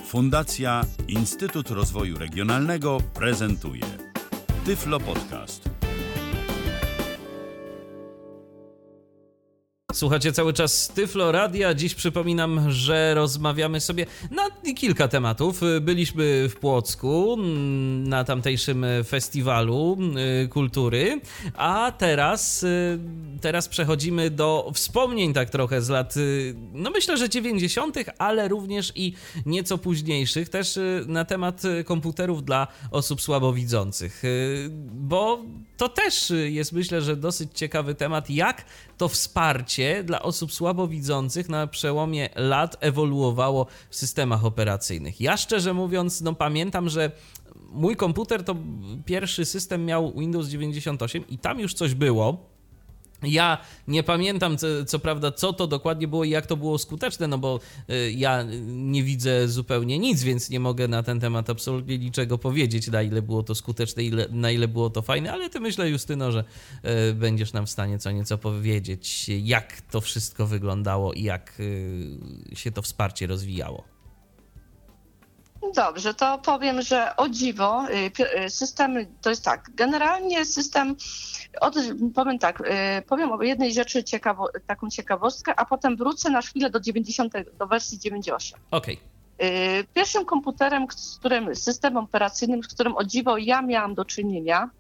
Fundacja Instytut Rozwoju Regionalnego prezentuje Tyflo Podcast. Słuchacie cały czas Tyflo Radia. Dziś przypominam, że rozmawiamy sobie na kilka tematów. Byliśmy w Płocku na tamtejszym festiwalu kultury, a teraz przechodzimy do wspomnień tak trochę z lat, no myślę, że 90., ale również i nieco późniejszych, też na temat komputerów dla osób słabowidzących, bo to też jest, myślę, że dosyć ciekawy temat, jak to wsparcie dla osób słabowidzących na przełomie lat ewoluowało w systemach operacyjnych. Ja szczerze mówiąc, pamiętam, że mój komputer to pierwszy system miał Windows 98 i tam już coś było. Ja nie pamiętam, co prawda, co to dokładnie było i jak to było skuteczne, bo ja nie widzę zupełnie nic, więc nie mogę na ten temat absolutnie niczego powiedzieć, na ile było to skuteczne, na ile było to fajne, ale ty myślę, Justyno, że będziesz nam w stanie co nieco powiedzieć, jak to wszystko wyglądało i jak się to wsparcie rozwijało. Dobrze, to powiem, że o dziwo system to jest tak. Generalnie system, powiem o jednej rzeczy, taką ciekawostkę, a potem wrócę na chwilę do wersji 9.8. Okej. Pierwszym komputerem, systemem operacyjnym, z którym o dziwo ja miałam do czynienia,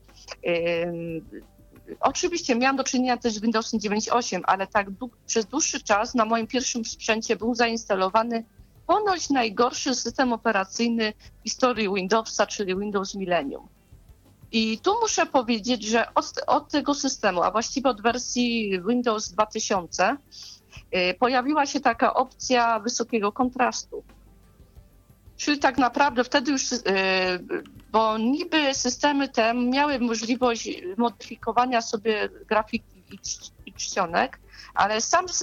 oczywiście miałam do czynienia też z Windowsem 9.8, ale przez dłuższy czas na moim pierwszym sprzęcie był zainstalowany ponoć najgorszy system operacyjny w historii Windowsa, czyli Windows Millennium. I tu muszę powiedzieć, że od tego systemu, a właściwie od wersji Windows 2000, pojawiła się taka opcja wysokiego kontrastu. Czyli tak naprawdę wtedy już, bo niby systemy te miały możliwość modyfikowania sobie grafiki i czcionek, ale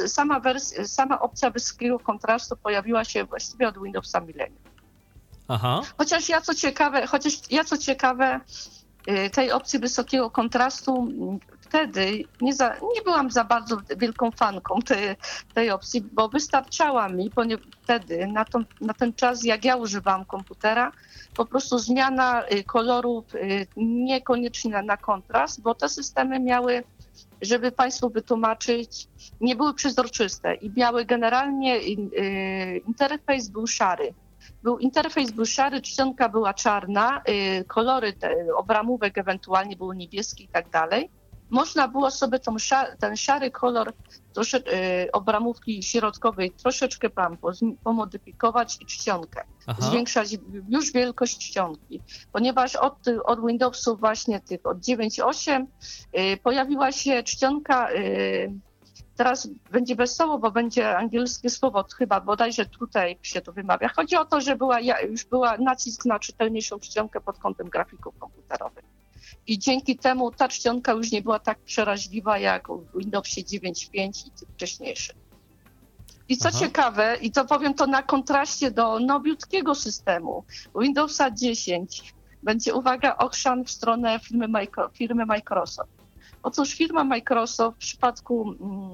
sama opcja wysokiego kontrastu pojawiła się właściwie od Windowsa Millennium. Aha. Chociaż ja co ciekawe tej opcji wysokiego kontrastu wtedy nie byłam za bardzo wielką fanką tej opcji, bo wystarczała mi wtedy na ten czas, jak ja używałam komputera, po prostu zmiana kolorów niekoniecznie na kontrast, bo te systemy miały, żeby Państwu wytłumaczyć, nie były przezroczyste i miały generalnie interfejs był szary. Interfejs był szary, czcionka była czarna, kolory obramówek ewentualnie były niebieskie i tak dalej. Można było sobie ten szary kolor obramówki środkowej troszeczkę pomodyfikować i czcionkę. Aha. Zwiększać już wielkość czcionki, ponieważ od Windowsów właśnie tych od 9.8 pojawiła się czcionka, teraz będzie wesoło, bo będzie angielskie słowo, chyba bodajże tutaj się to wymawia. Chodzi o to, że już była nacisk na czytelniejszą czcionkę pod kątem grafików komputerowych. I dzięki temu ta czcionka już nie była tak przeraźliwa jak w Windowsie 9.5 i tych wcześniejszych. I co ciekawe, i to powiem to na kontraście do nowiutkiego systemu Windowsa 10, będzie, uwaga, ochrzan w stronę firmy Microsoft. Otóż firma Microsoft w przypadku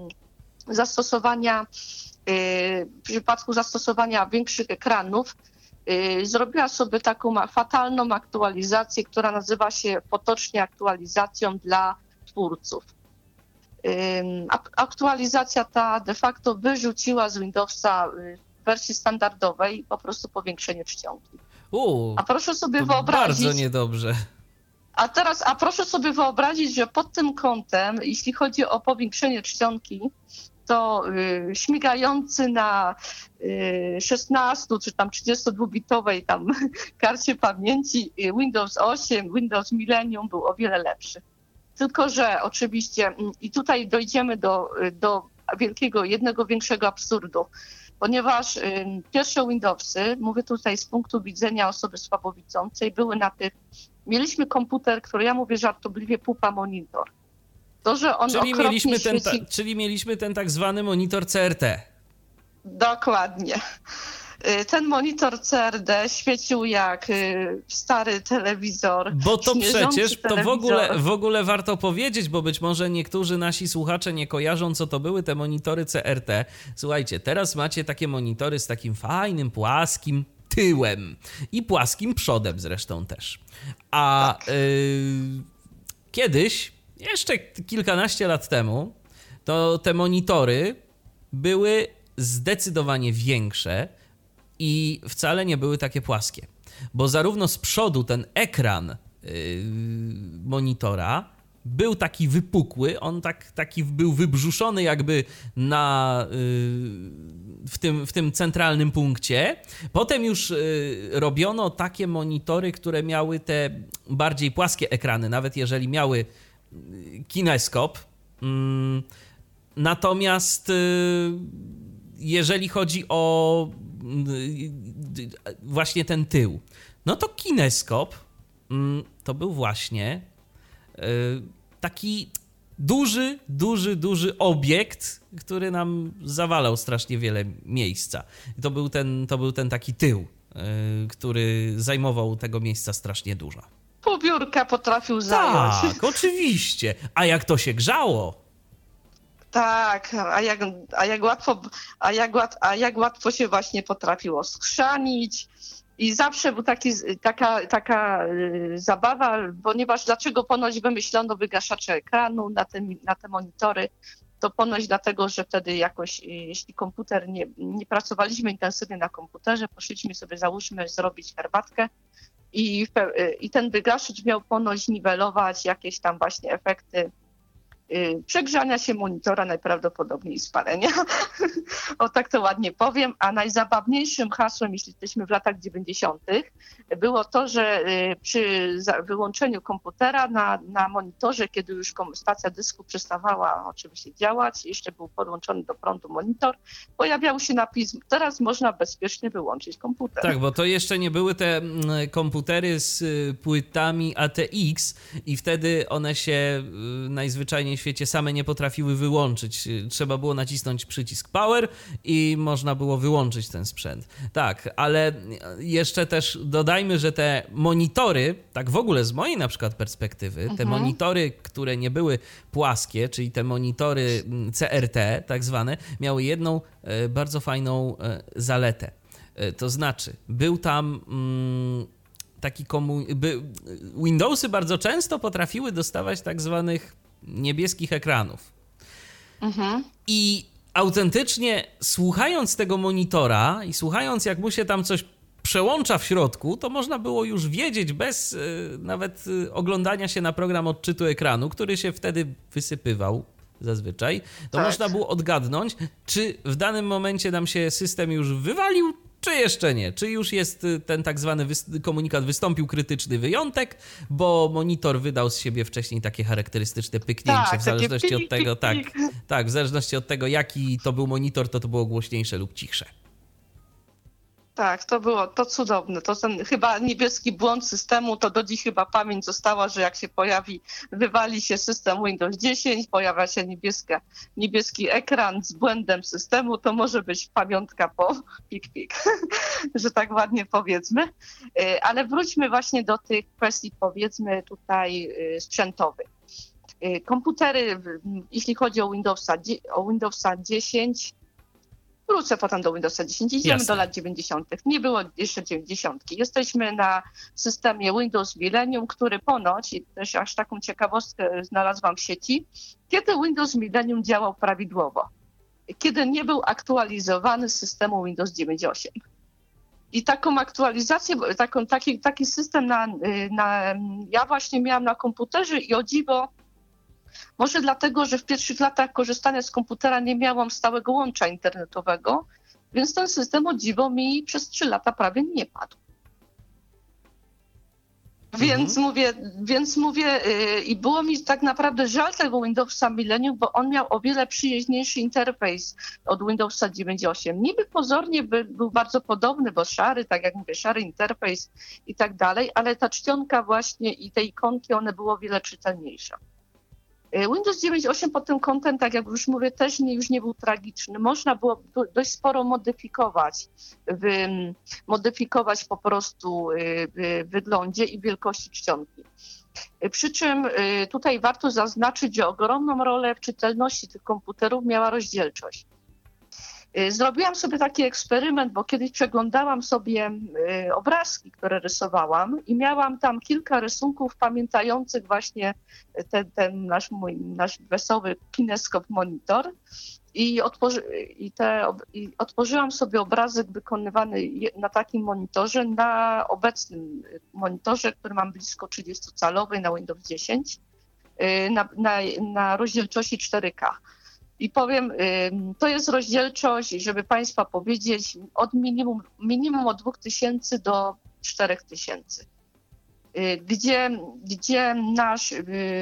zastosowania większych ekranów zrobiła sobie taką fatalną aktualizację, która nazywa się potocznie aktualizacją dla twórców. Aktualizacja ta de facto wyrzuciła z Windowsa w wersji standardowej po prostu powiększenie czcionki. A proszę sobie wyobrazić, bardzo niedobrze. A proszę sobie wyobrazić, że pod tym kątem, jeśli chodzi o powiększenie czcionki, to śmigający na 16 czy tam 32-bitowej tam karcie pamięci Windows 8, Windows Millennium był o wiele lepszy. Tylko że oczywiście, i tutaj dojdziemy do jednego większego absurdu, ponieważ pierwsze Windowsy, mówię tutaj z punktu widzenia osoby słabowidzącej, mieliśmy komputer, który ja mówię żartobliwie pupa monitor. To, że on czyli mieliśmy ten tak zwany monitor CRT. Dokładnie. Ten monitor CRD świecił jak stary telewizor. Bo to przecież, to w ogóle warto powiedzieć, bo być może niektórzy nasi słuchacze nie kojarzą, co to były te monitory CRT. Słuchajcie, teraz macie takie monitory z takim fajnym, płaskim tyłem i płaskim przodem zresztą też. A kiedyś, jeszcze kilkanaście lat temu, to te monitory były zdecydowanie większe i wcale nie były takie płaskie. Bo zarówno z przodu ten ekran monitora był taki wypukły, on taki był wybrzuszony jakby w tym centralnym punkcie. Potem już robiono takie monitory, które miały te bardziej płaskie ekrany, nawet jeżeli miały kineskop. Natomiast jeżeli chodzi o właśnie ten tył, no to kineskop to był właśnie taki duży obiekt, który nam zawalał strasznie wiele miejsca. To był ten taki tył, który zajmował tego miejsca strasznie dużo. Pół biurka potrafił zająć. Tak, oczywiście. A jak to się grzało? Tak, a jak łatwo się właśnie potrafiło skrzanić. I zawsze był taka zabawa, ponieważ dlaczego ponoć wymyślono wygaszacze ekranu na te monitory, to ponoć dlatego, że wtedy jakoś, jeśli komputer nie pracowaliśmy intensywnie na komputerze, poszliśmy sobie, załóżmy, zrobić herbatkę i ten wygaszacz miał ponoć niwelować jakieś tam właśnie efekty przegrzania się monitora, najprawdopodobniej spalenia. O tak to ładnie powiem. A najzabawniejszym hasłem, jeśli jesteśmy w latach 90., było to, że przy wyłączeniu komputera na monitorze, kiedy już stacja dysku przestawała oczywiście działać, jeszcze był podłączony do prądu monitor, pojawiał się napis: teraz można bezpiecznie wyłączyć komputer. Tak, bo to jeszcze nie były te komputery z płytami ATX i wtedy one się najzwyczajniej w świecie same nie potrafiły wyłączyć. Trzeba było nacisnąć przycisk power i można było wyłączyć ten sprzęt. Tak, ale jeszcze też dodajmy, że te monitory, tak w ogóle z mojej na przykład perspektywy, te monitory, które nie były płaskie, czyli te monitory CRT tak zwane, miały jedną bardzo fajną zaletę. To znaczy, był tam Windowsy bardzo często potrafiły dostawać tak zwanych niebieskich ekranów. I autentycznie słuchając tego monitora i słuchając, jak mu się tam coś przełącza w środku, to można było już wiedzieć bez nawet oglądania się na program odczytu ekranu, który się wtedy wysypywał zazwyczaj, to można było odgadnąć, czy w danym momencie nam się system już wywalił, czy jeszcze nie. Czy już jest ten tak zwany komunikat, wystąpił krytyczny wyjątek, bo monitor wydał z siebie wcześniej takie charakterystyczne pyknięcie, w zależności od tego, w zależności od tego, jaki to był monitor, to było głośniejsze lub cichsze. Tak, to cudowne. To ten chyba niebieski błąd systemu, to do dziś chyba pamięć została, że jak się wywali się system Windows 10, pojawia się niebieski ekran z błędem systemu, to może być pamiątka po pik, że tak ładnie powiedzmy. Ale wróćmy właśnie do tych kwestii, powiedzmy tutaj sprzętowych. Komputery, jeśli chodzi o Windowsa 10, wrócę potem do Windowsa 10. Idziemy do lat 90. Nie było jeszcze 90. Jesteśmy na systemie Windows Millennium, który ponoć, i też aż taką ciekawostkę znalazłam w sieci, kiedy Windows Millennium działał prawidłowo, kiedy nie był aktualizowany z systemu Windows 9.8. I taką aktualizację, taki system ja właśnie miałam na komputerze i o dziwo, może dlatego, że w pierwszych latach korzystania z komputera nie miałam stałego łącza internetowego, więc ten system o dziwo mi przez 3 lata prawie nie padł. Więc mówię, i było mi tak naprawdę żal tego Windowsa Millennium, bo on miał o wiele przyjaźniejszy interfejs od Windowsa 9.8. Niby pozornie był bardzo podobny, bo szary, tak jak mówię, szary interfejs i tak dalej, ale ta czcionka właśnie i te ikonki, one było o wiele czytelniejsze. Windows 9.8 pod tym kątem, tak jak już mówię, też już nie był tragiczny. Można było dość sporo modyfikować po prostu w wyglądzie i wielkości czcionki. Przy czym tutaj warto zaznaczyć, że ogromną rolę w czytelności tych komputerów miała rozdzielczość. Zrobiłam sobie taki eksperyment, bo kiedyś przeglądałam sobie obrazki, które rysowałam i miałam tam kilka rysunków pamiętających właśnie ten nasz wesoły kineskop monitor. I otworzyłam sobie obrazek wykonywany na takim monitorze, na obecnym monitorze, który mam blisko 30-calowy na Windows 10, na rozdzielczości 4K. I powiem, to jest rozdzielczość, żeby Państwa powiedzieć, od minimum od 2000 do 4000. Gdzie nasz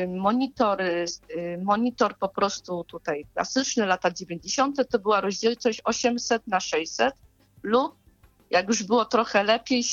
monitor po prostu tutaj klasyczny, lata 90. to była rozdzielczość 800x600 lub jak już było trochę lepiej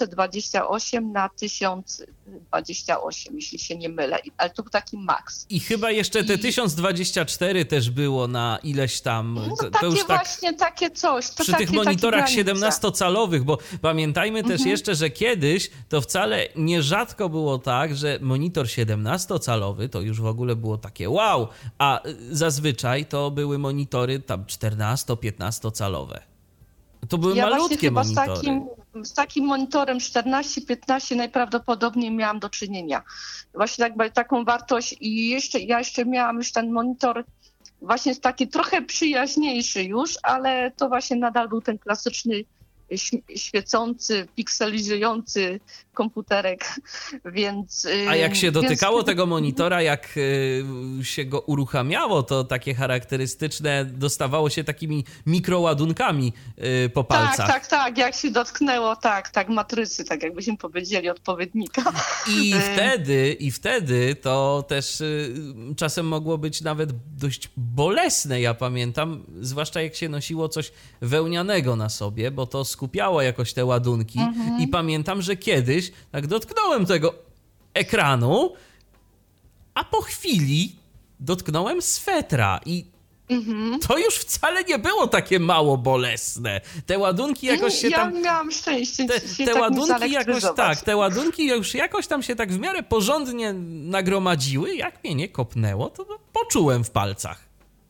728x1028, jeśli się nie mylę, ale to był taki maks. I chyba jeszcze te 1024 też było na ileś tam. No to już właśnie takie coś. To przy tych monitorach 17-calowych, bo pamiętajmy też jeszcze, że kiedyś to wcale nierzadko było tak, że monitor 17-calowy to już w ogóle było takie wow, a zazwyczaj to były monitory tam 14-15-calowe. To były malutkie monitory. Z takim monitorem 14-15 najprawdopodobniej miałam do czynienia. Właśnie taką wartość i ja jeszcze miałam już ten monitor właśnie taki trochę przyjaźniejszy już, ale to właśnie nadal był ten klasyczny świecący, pikselizujący komputerek, więc... A jak się dotykało tego monitora, jak się go uruchamiało, to takie charakterystyczne dostawało się takimi mikroładunkami po palcach. Tak, jak się dotknęło, tak, matrycy, tak jakbyśmy powiedzieli, odpowiednika. I wtedy to też czasem mogło być nawet dość bolesne, ja pamiętam, zwłaszcza jak się nosiło coś wełnianego na sobie, bo to skupiało jakoś te ładunki i pamiętam, że kiedyś tak dotknąłem tego ekranu, a po chwili dotknąłem swetra i to już wcale nie było takie mało bolesne. Te ładunki jakoś się tam... Ja miałam szczęście. Te ładunki jakoś te ładunki już jakoś tam się tak w miarę porządnie nagromadziły. Jak mnie nie kopnęło, to poczułem w palcach.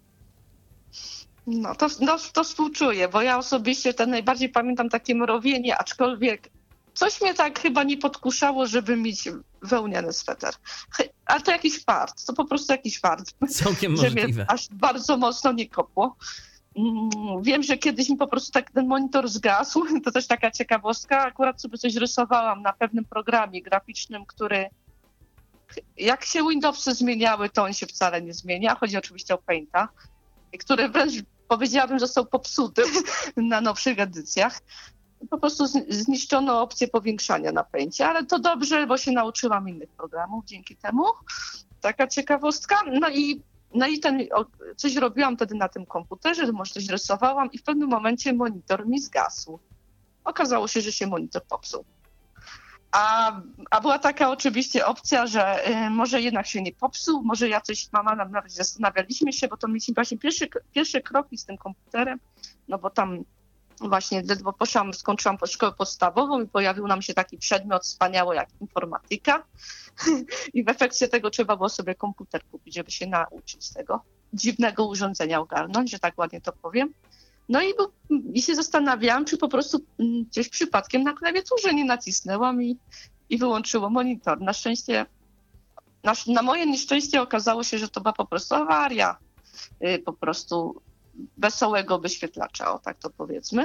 No to współczuję, bo ja osobiście najbardziej pamiętam takie mrowienie, aczkolwiek coś mnie tak chyba nie podkuszało, żeby mieć wełniany sweter. Ale to jakiś fart, to po prostu jakiś fart. Całkiem że możliwe. Mnie aż bardzo mocno nie kopło. Wiem, że kiedyś mi po prostu tak ten monitor zgasł, to też taka ciekawostka. Akurat sobie coś rysowałam na pewnym programie graficznym, który jak się Windowsy zmieniały, to on się wcale nie zmienia. Chodzi oczywiście o Painta, który wręcz powiedziałabym, że został popsuty na nowszych edycjach. Po prostu zniszczono opcję powiększania na Paincie, ale to dobrze, bo się nauczyłam innych programów dzięki temu. Taka ciekawostka. No i coś robiłam wtedy na tym komputerze, może coś rysowałam i w pewnym momencie monitor mi zgasł. Okazało się, że się monitor popsuł. A była taka oczywiście opcja, że może jednak się nie popsuł, może mama nawet zastanawialiśmy się, bo to mieliśmy właśnie pierwsze kroki z tym komputerem, no bo tam właśnie ledwo skończyłam szkołę podstawową i pojawił nam się taki przedmiot wspaniały jak informatyka i w efekcie tego trzeba było sobie komputer kupić, żeby się nauczyć tego dziwnego urządzenia ogarnąć, że tak ładnie to powiem. No i się zastanawiałam, czy po prostu gdzieś przypadkiem na klawiaturze nie nacisnęłam i wyłączyło monitor. Na szczęście, na moje nieszczęście okazało się, że to była po prostu awaria po prostu wesołego wyświetlacza, o tak to powiedzmy.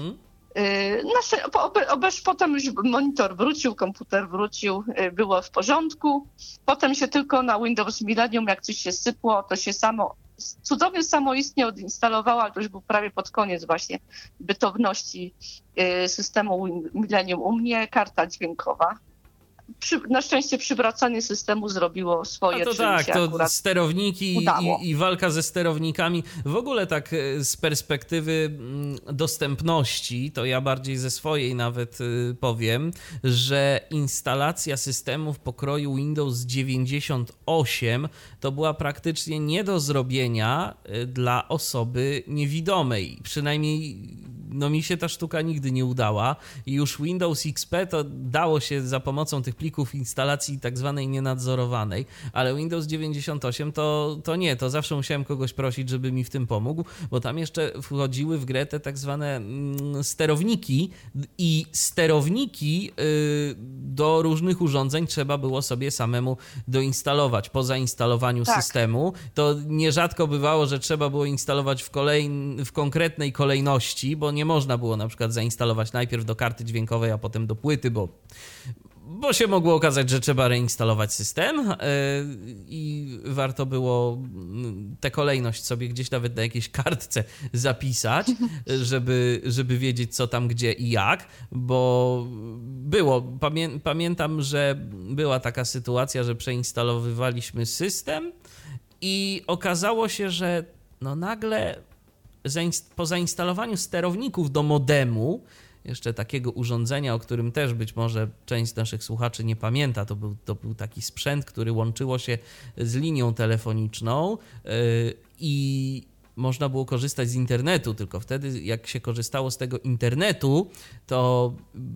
Potem już monitor wrócił, komputer wrócił, było w porządku. Potem się tylko na Windows Millennium, jak coś się sypło, to się cudownie samoistnie odinstalowało, ale to już był prawie pod koniec właśnie bytowności systemu Millennium u mnie, karta dźwiękowa. Na szczęście przywracanie systemu zrobiło swoje. To tak, to sterowniki i walka ze sterownikami. W ogóle tak z perspektywy dostępności, to ja bardziej ze swojej nawet powiem, że instalacja systemów pokroju Windows 98 to była praktycznie nie do zrobienia dla osoby niewidomej. Przynajmniej no mi się ta sztuka nigdy nie udała i już Windows XP to dało się za pomocą tych plików instalacji tak zwanej nienadzorowanej, ale Windows 98 to nie, to zawsze musiałem kogoś prosić, żeby mi w tym pomógł, bo tam jeszcze wchodziły w grę te tak zwane sterowniki i sterowniki do różnych urządzeń trzeba było sobie samemu doinstalować. Po zainstalowaniu systemu to nierzadko bywało, że trzeba było instalować w konkretnej kolejności, bo nie można było na przykład zainstalować najpierw do karty dźwiękowej, a potem do płyty, bo się mogło okazać, że trzeba reinstalować system i warto było tę kolejność sobie gdzieś nawet na jakiejś kartce zapisać, żeby wiedzieć co tam, gdzie i jak, bo pamiętam, że była taka sytuacja, że przeinstalowywaliśmy system i okazało się, że no nagle po zainstalowaniu sterowników do modemu, jeszcze takiego urządzenia, o którym też być może część z naszych słuchaczy nie pamięta, to był taki sprzęt, który łączyło się z linią telefoniczną i można było korzystać z internetu, tylko wtedy jak się korzystało z tego internetu, to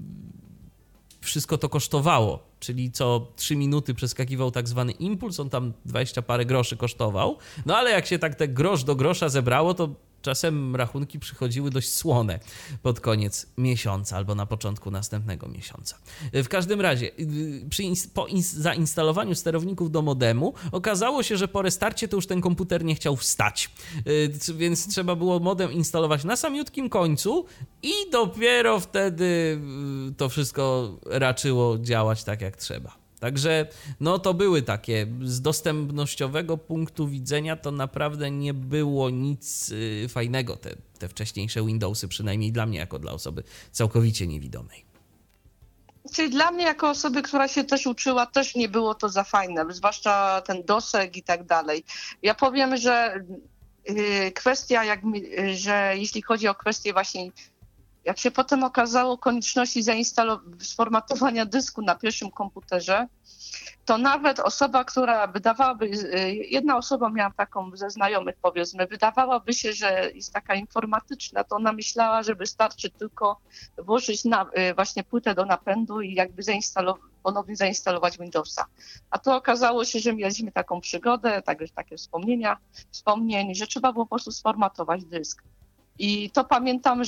wszystko to kosztowało, czyli co 3 minuty przeskakiwał tak zwany impuls, on tam 20 parę groszy kosztował, no ale jak się tak te grosz do grosza zebrało, to czasem rachunki przychodziły dość słone pod koniec miesiąca albo na początku następnego miesiąca. W każdym razie po zainstalowaniu sterowników do modemu okazało się, że po restarcie to już ten komputer nie chciał wstać, więc trzeba było modem instalować na samiutkim końcu i dopiero wtedy to wszystko raczyło działać tak jak trzeba. Także no to były takie, z dostępnościowego punktu widzenia to naprawdę nie było nic fajnego, te wcześniejsze Windowsy, przynajmniej dla mnie jako dla osoby całkowicie niewidomej. Czyli dla mnie jako osoby, która się też uczyła, też nie było to za fajne, zwłaszcza ten doseg i tak dalej. Ja powiem, że kwestia, że jeśli chodzi o kwestię właśnie, jak się potem okazało konieczności sformatowania dysku na pierwszym komputerze, to nawet osoba, która jedna osoba miała taką ze znajomych powiedzmy, wydawałoby się, że jest taka informatyczna, to ona myślała, że wystarczy tylko włożyć właśnie płytę do napędu i jakby ponownie zainstalować Windowsa. A to okazało się, że mieliśmy taką przygodę, takie wspomnień, że trzeba było po prostu sformatować dysk. I to pamiętam,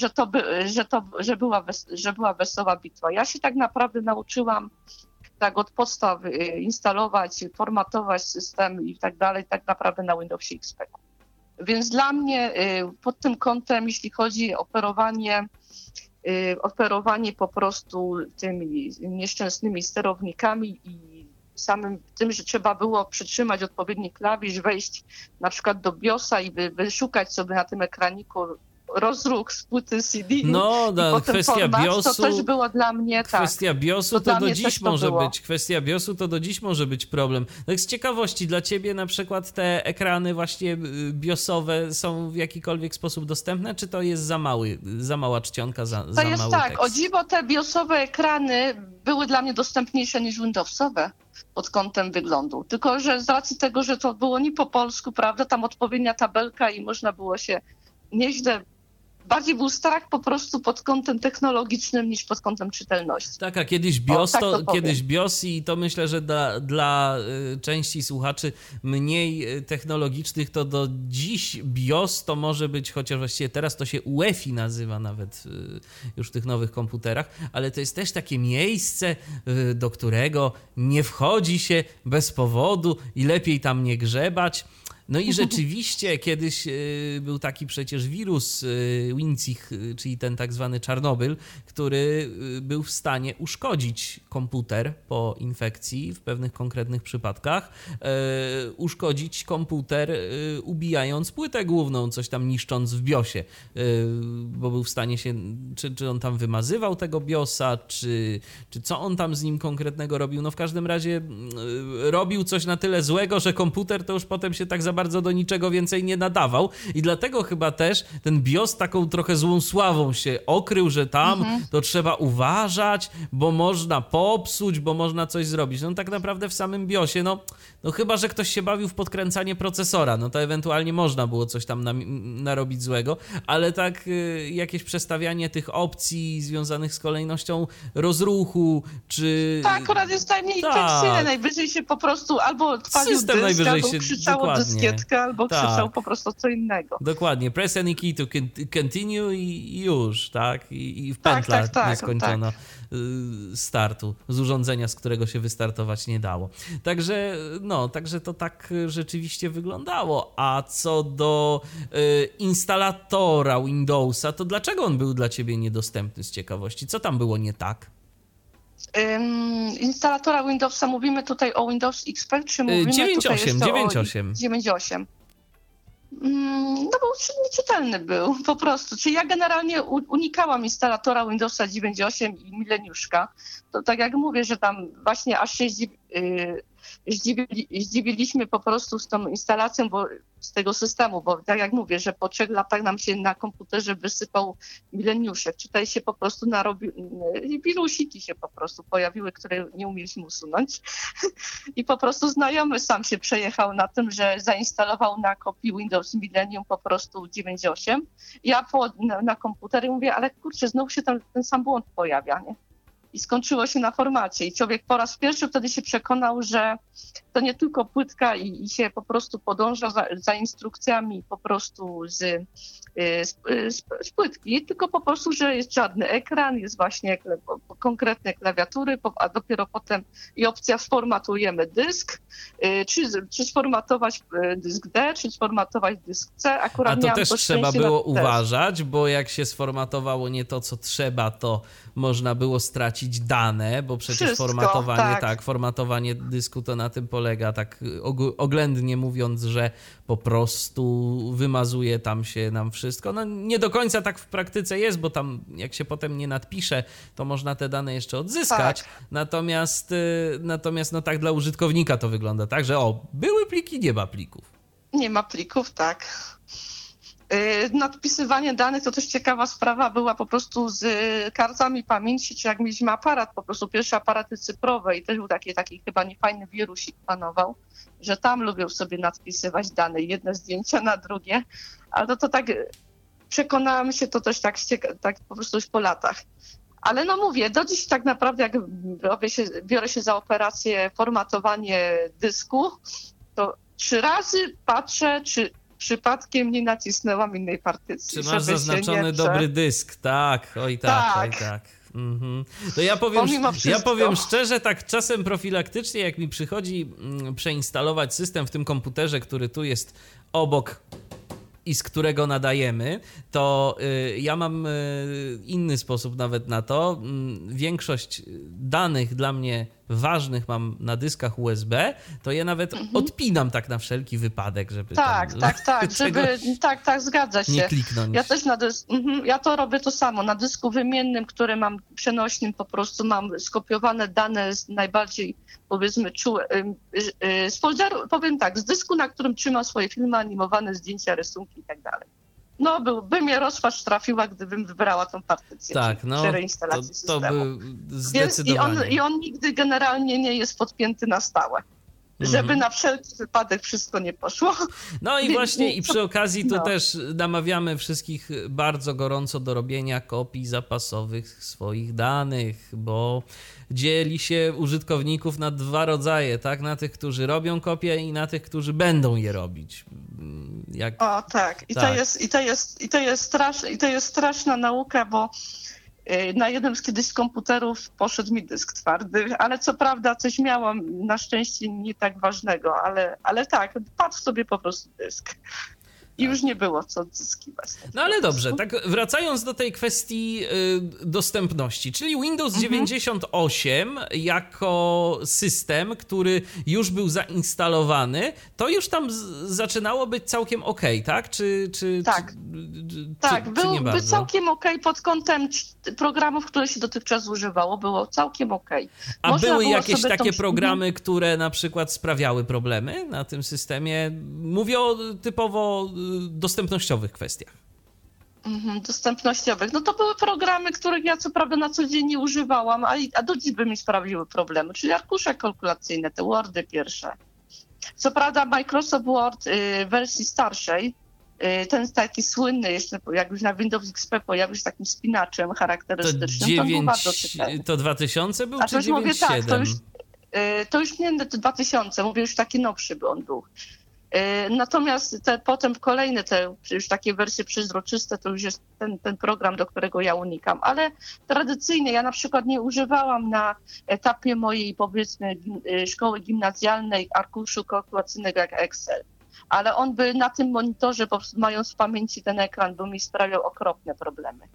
że była wesoła bitwa. Ja się tak naprawdę nauczyłam tak od podstaw instalować, formatować system i tak dalej, tak naprawdę na Windowsie XP. Więc dla mnie pod tym kątem, jeśli chodzi o operowanie po prostu tymi nieszczęsnymi sterownikami i samym tym, że trzeba było przytrzymać odpowiedni klawisz, wejść na przykład do BIOSa i wyszukać sobie na tym ekraniku rozruch z płyty CD. No, kwestia BIOSu, to też było dla mnie kwestia BIOSu to do dziś może być. Kwestia BIOSu to do dziś może być problem. Tak z ciekawości, dla ciebie na przykład te ekrany właśnie BIOSowe są w jakikolwiek sposób dostępne, czy to jest za mała czcionka, za to jest mały tak, tekst? O dziwo te BIOSowe ekrany były dla mnie dostępniejsze niż Windowsowe pod kątem wyglądu. Tylko że z racji tego, że to było nie po polsku, prawda, tam odpowiednia tabelka i można było się nieźle. Bardziej był strach po prostu pod kątem technologicznym niż pod kątem czytelności. Tak, a kiedyś BIOS, kiedyś BIOS i to myślę, że dla części słuchaczy mniej technologicznych to do dziś BIOS to może być, chociaż właściwie teraz to się UEFI nazywa nawet już w tych nowych komputerach, ale to jest też takie miejsce, do którego nie wchodzi się bez powodu i lepiej tam nie grzebać. No i rzeczywiście kiedyś był taki przecież wirus WinCich, czyli ten tak zwany Czarnobyl, który był w stanie uszkodzić komputer po infekcji w pewnych konkretnych przypadkach, uszkodzić komputer ubijając płytę główną, coś tam niszcząc w BIOSie, bo był w stanie się, czy on tam wymazywał tego BIOSa, czy co on tam z nim konkretnego robił, no w każdym razie robił coś na tyle złego, że komputer to już potem się tak za bardzo do niczego więcej nie nadawał i dlatego chyba też ten BIOS taką trochę złą sławą się okrył, że tam to trzeba uważać, bo można popsuć, bo można coś zrobić. No tak naprawdę w samym BIOSie, no chyba, że ktoś się bawił w podkręcanie procesora, no to ewentualnie można było coś tam narobić złego, ale tak jakieś przestawianie tych opcji związanych z kolejnością rozruchu, czy... Tak, akurat jest najmniej infekcyjne, najwyżej się po prostu albo odpalił System dysk, albo się krzyczało dyskietka, albo krzyczał po prostu co innego. Dokładnie, press any key to continue i już, tak? I w pętla nieskończona startu z urządzenia, z którego się wystartować nie dało. Także to tak rzeczywiście wyglądało. A co do instalatora Windowsa, to dlaczego on był dla ciebie niedostępny z ciekawości? Co tam było nie tak? Instalatora Windowsa, mówimy tutaj o Windows XP, czy mówimy 9.8, tutaj 9.8. 9.8. No bo nieczytelny był po prostu. Czyli ja generalnie unikałam instalatora Windowsa 9.8 i Mileniuszka. To tak jak mówię, że tam właśnie aż się zdziwiliśmy po prostu z tą instalacją z tego systemu, bo tak jak mówię, że po 3 latach nam się na komputerze wysypał Mileniuszek. Tutaj się po prostu wirusiki się po prostu pojawiły, które nie umieliśmy usunąć. I po prostu znajomy sam się przejechał na tym, że zainstalował na kopii Windows Millennium po prostu 9.8. Ja na komputer mówię, ale kurczę, znowu się ten sam błąd pojawia, nie? I skończyło się na formacie. I człowiek po raz pierwszy wtedy się przekonał, że to nie tylko płytka i się po prostu podąża za instrukcjami po prostu z płytki, tylko po prostu, że jest czarny ekran, jest właśnie konkretne klawiatury, a dopiero potem i opcja sformatujemy dysk, czy sformatować dysk D, czy sformatować dysk C. Akurat a to też trzeba było uważać, bo jak się sformatowało nie to, co trzeba, to można było stracić dane, bo przecież formatowanie dysku to na tym polega, tak oględnie mówiąc, że po prostu wymazuje tam się nam wszystko. No nie do końca tak w praktyce jest, bo tam jak się potem nie nadpisze, to można te dane jeszcze odzyskać. Tak. Natomiast no tak dla użytkownika to wygląda tak, że były pliki, nie ma plików. Nie ma plików, tak. Nadpisywanie danych to też ciekawa sprawa była po prostu z kartami pamięci, czy jak mieliśmy aparat, po prostu pierwsze aparaty cyfrowe i też był taki chyba niefajny wirusik panował, że tam lubią sobie nadpisywać dane, jedne zdjęcia na drugie, ale to tak przekonałam się to też tak po prostu już po latach. Ale no mówię, do dziś tak naprawdę jak biorę się za operację formatowanie dysku, to 3 razy patrzę, czy przypadkiem nie nacisnęłam innej partycji. Czy masz zaznaczony dobry dysk? Tak, oj tak. Mhm. To ja powiem szczerze, tak czasem profilaktycznie, jak mi przychodzi przeinstalować system w tym komputerze, który tu jest obok i z którego nadajemy, to ja mam inny sposób nawet na to. Większość danych dla mnie ważnych mam na dyskach USB, to je nawet odpinam tak na wszelki wypadek, żeby zgadza się. Nie kliknąć. Ja też ja to robię to samo. Na dysku wymiennym, który mam przenośnym, po prostu mam skopiowane dane z najbardziej, powiedzmy, czułe, z folderu, powiem tak, z dysku, na którym trzymam swoje filmy animowane, zdjęcia, rysunki i tak dalej. No, by mnie rozpacz trafiła, gdybym wybrała tą partycję. Tak, przy reinstalacji systemu. To by zdecydowanie. I on nigdy generalnie nie jest podpięty na stałe. Żeby na wszelki wypadek wszystko nie poszło. No i właśnie i przy okazji tu też namawiamy wszystkich bardzo gorąco do robienia kopii zapasowych swoich danych, bo dzieli się użytkowników na 2 rodzaje, tak? Na tych, którzy robią kopie i na tych, którzy będą je robić. To jest straszna nauka, bo na jednym z kiedyś komputerów poszedł mi dysk twardy, ale co prawda coś miałam na szczęście nie tak ważnego, ale tak, padł sobie po prostu dysk. I już nie było co odzyskiwać. No ale dobrze, tak wracając do tej kwestii dostępności, czyli Windows 98 jako system, który już był zainstalowany, to już tam zaczynało być całkiem okej, tak? Tak, był całkiem okej pod kątem programów, które się dotychczas używało, było całkiem okej. A były jakieś takie programy, które na przykład sprawiały problemy na tym systemie? Mówię o typowo dostępnościowych kwestiach. Dostępnościowych. No to były programy, których ja co prawda na co dzień nie używałam, a do dziś by mi sprawiły problemy, czyli arkusze kalkulacyjne, te Wordy pierwsze. Co prawda Microsoft Word w wersji starszej, ten taki słynny, jeszcze jak już na Windows XP pojawił się takim spinaczem charakterystycznym, to był bardzo czytelny. To 2000 był, a czy to już 97? mówię tak, to już nie 2000, mówię już taki nowszy by on był. Natomiast potem kolejne te już takie wersje przezroczyste, to już jest ten program, do którego ja unikam. Ale tradycyjnie ja na przykład nie używałam na etapie mojej, powiedzmy, szkoły gimnazjalnej arkuszu kalkulacyjnego jak Excel. Ale on by na tym monitorze, po prostu mając w pamięci ten ekran, by mi sprawiał okropne problemy.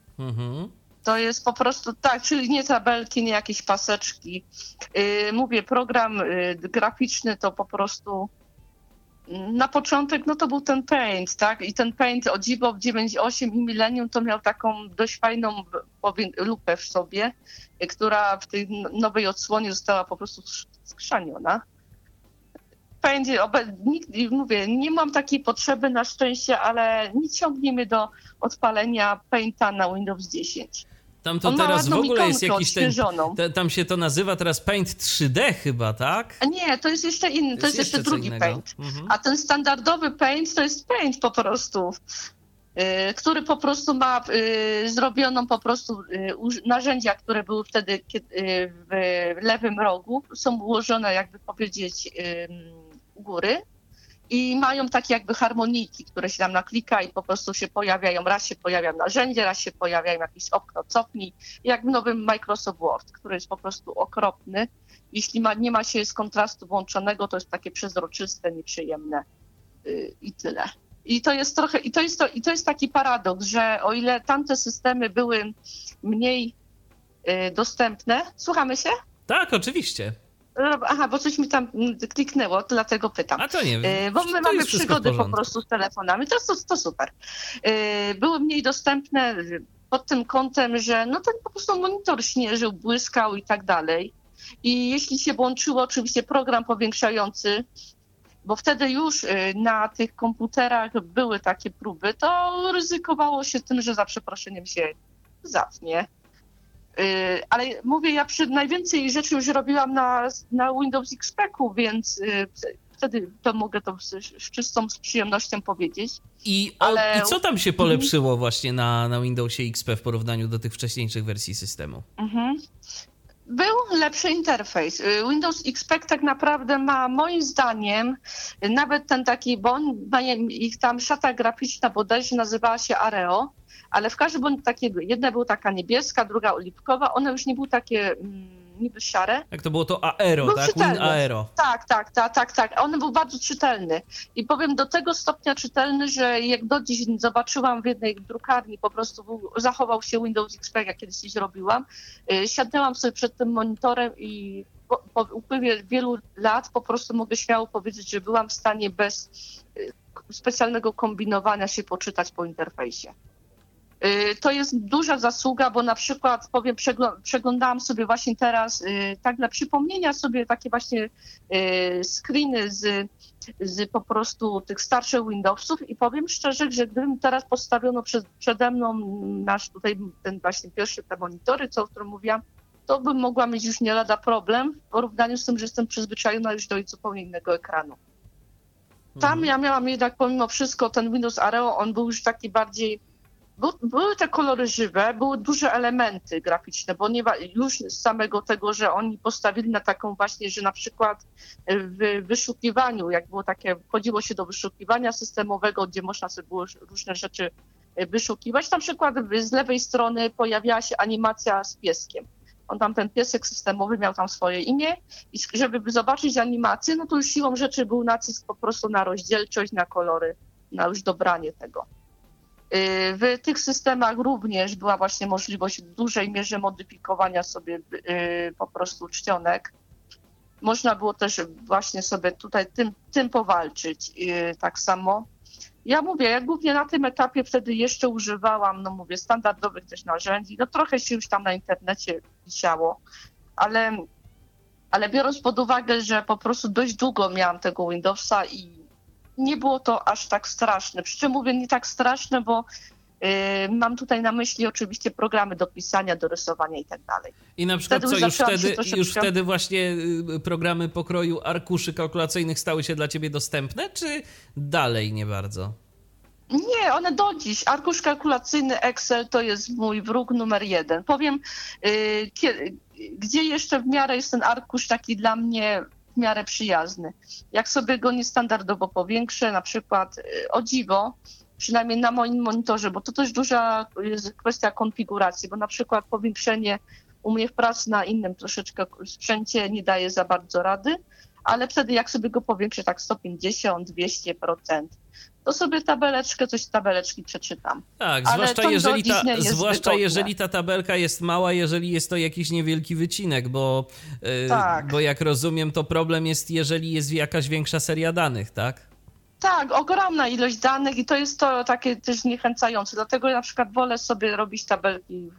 To jest po prostu tak, czyli nie tabelki, nie jakieś paseczki. Mówię, program graficzny to po prostu na początek, no to był ten Paint, tak? I ten Paint, o dziwo, w 9.8 i Millennium to miał taką dość fajną lupę w sobie, która w tej nowej odsłonie została po prostu skrzaniona. Paint, mówię, nie mam takiej potrzeby na szczęście, ale nie ciągnie mnie do odpalenia Painta na Windows 10. Tam to teraz w ogóle jest jakiś tam się to nazywa teraz Paint 3D chyba, tak? A nie, to jest jeszcze inny, to jest jeszcze drugi Paint. A ten standardowy Paint to jest Paint po prostu, który po prostu ma zrobioną po prostu narzędzia, które były wtedy w lewym rogu, są ułożone, jakby powiedzieć, u góry. I mają takie jakby harmonijki, które się tam naklika i po prostu się pojawiają. Raz się pojawia narzędzie, raz się pojawiają jakieś okno cofnij, jak w nowym Microsoft Word, który jest po prostu okropny. Jeśli nie ma się z kontrastu włączonego, to jest takie przezroczyste, nieprzyjemne i tyle. I to jest trochę, i to jest taki paradoks, że o ile tamte systemy były mniej dostępne, słuchamy się? Tak, oczywiście. Aha, bo coś mi tam kliknęło, dlatego pytam. A to nie wiem. Bo my mamy przygody po prostu z telefonami, to super. Były mniej dostępne pod tym kątem, że no ten po prostu monitor śnieżył, błyskał i tak dalej. I jeśli się włączyło oczywiście program powiększający, bo wtedy już na tych komputerach były takie próby, to ryzykowało się tym, że za przeproszeniem się zatnie. Ale mówię, ja najwięcej rzeczy już robiłam na Windows XP-ku, więc wtedy to mogę to z przyjemnością powiedzieć. I co tam się polepszyło właśnie na Windowsie XP w porównaniu do tych wcześniejszych wersji systemu? Był lepszy interfejs. Windows XP tak naprawdę ma, moim zdaniem, nawet ten taki, bo ich tam szata graficzna bodajże nazywała się Areo, ale w każdym bądź takiego, jedna była taka niebieska, druga oliwkowa, one już nie były takie niby szare. Jak to było to Aero, był tak? Czytelny. Win Aero. Tak. On był bardzo czytelny. I powiem do tego stopnia czytelny, że jak do dziś zobaczyłam w jednej drukarni, po prostu zachował się Windows XP, jak kiedyś coś robiłam. Siadnęłam sobie przed tym monitorem i po upływie wielu lat po prostu mogę śmiało powiedzieć, że byłam w stanie bez specjalnego kombinowania się poczytać po interfejsie. To jest duża zasługa, bo na przykład powiem, przeglądałam sobie właśnie teraz tak dla przypomnienia sobie takie właśnie screeny z po prostu tych starszych Windowsów i powiem szczerze, że gdybym teraz postawiono przede mną nasz tutaj ten właśnie pierwszy te monitory, o którym mówiłam, to bym mogła mieć już nie lada problem w porównaniu z tym, że jestem przyzwyczajona już do zupełnie innego ekranu. Tam ja miałam jednak pomimo wszystko ten Windows Areo, on był już taki bardziej. Były te kolory żywe, były duże elementy graficzne, bo już z samego tego, że oni postawili na taką właśnie, że na przykład w wyszukiwaniu, jak było takie, wchodziło się do wyszukiwania systemowego, gdzie można sobie było różne rzeczy wyszukiwać, na przykład z lewej strony pojawiała się animacja z pieskiem. On tam, ten piesek systemowy miał tam swoje imię i żeby zobaczyć animację, no to już siłą rzeczy był nacisk po prostu na rozdzielczość, na kolory na już dobranie tego. W tych systemach również była właśnie możliwość w dużej mierze modyfikowania sobie po prostu czcionek. Można było też właśnie sobie tutaj tym powalczyć tak samo. Ja mówię, ja głównie na tym etapie wtedy jeszcze używałam, no mówię, standardowych też narzędzi. No trochę się już tam na internecie wisiało, ale biorąc pod uwagę, że po prostu dość długo miałam tego Windowsa i nie było to aż tak straszne. Przy czym mówię nie tak straszne, bo mam tutaj na myśli oczywiście programy do pisania, do rysowania i tak dalej. I na przykład wtedy już wtedy właśnie programy pokroju arkuszy kalkulacyjnych stały się dla ciebie dostępne, czy dalej nie bardzo? Nie, one do dziś. Arkusz kalkulacyjny Excel to jest mój wróg numer 1. Powiem, gdzie jeszcze w miarę jest ten arkusz taki dla mnie w miarę przyjazny. Jak sobie go niestandardowo powiększę, na przykład o dziwo, przynajmniej na moim monitorze, bo to też duża jest kwestia konfiguracji, bo na przykład powiększenie u mnie w pracy na innym troszeczkę sprzęcie nie daje za bardzo rady, ale wtedy jak sobie go powiększę tak 150-200%, to sobie coś z tabeleczki przeczytam. Tak, ale zwłaszcza jeżeli ta tabelka jest mała, jeżeli jest to jakiś niewielki wycinek, bo jak rozumiem, to problem jest, jeżeli jest jakaś większa seria danych, tak? Tak, ogromna ilość danych i to jest to takie też zniechęcające. Dlatego na przykład wolę sobie robić tabelki.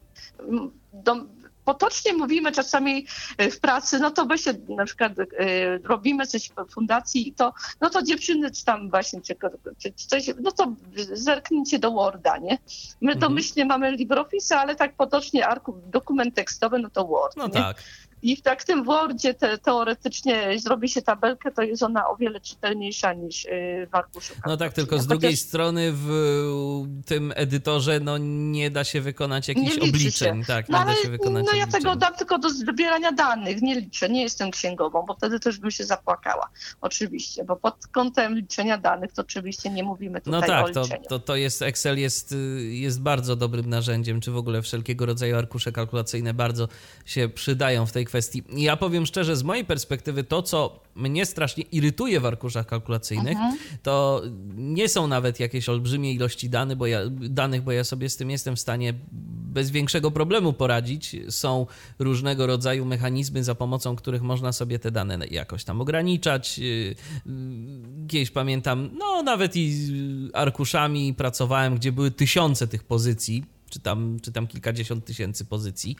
Potocznie mówimy czasami w pracy, no to się na przykład robimy coś w fundacji i to dziewczyny czy tam właśnie czy coś, no to zerknijcie do Worda, nie? My domyślnie mamy LibreOffice, ale tak potocznie dokument tekstowy, no to Word, no nie? Tak. I tak w tym Wordzie teoretycznie zrobi się tabelkę, to jest ona o wiele czytelniejsza niż w arkuszu. No tak, tylko z drugiej strony w tym edytorze nie da się wykonać jakichś obliczeń. Tak, nie da się wykonać ja obliczeń. tego dam tylko do zbierania danych, nie liczę, nie jestem księgową, bo wtedy też bym się zapłakała, oczywiście, bo pod kątem liczenia danych to oczywiście nie mówimy tutaj o liczeniu. To jest Excel jest bardzo dobrym narzędziem, czy w ogóle wszelkiego rodzaju arkusze kalkulacyjne bardzo się przydają w tej kwestii. Ja powiem szczerze, z mojej perspektywy to, co mnie strasznie irytuje w arkuszach kalkulacyjnych, to nie są nawet jakieś olbrzymie ilości danych, bo ja sobie z tym jestem w stanie bez większego problemu poradzić. Są różnego rodzaju mechanizmy, za pomocą których można sobie te dane jakoś tam ograniczać. Kiedyś pamiętam, nawet i z arkuszami pracowałem, gdzie były tysiące tych pozycji, czy tam kilkadziesiąt tysięcy pozycji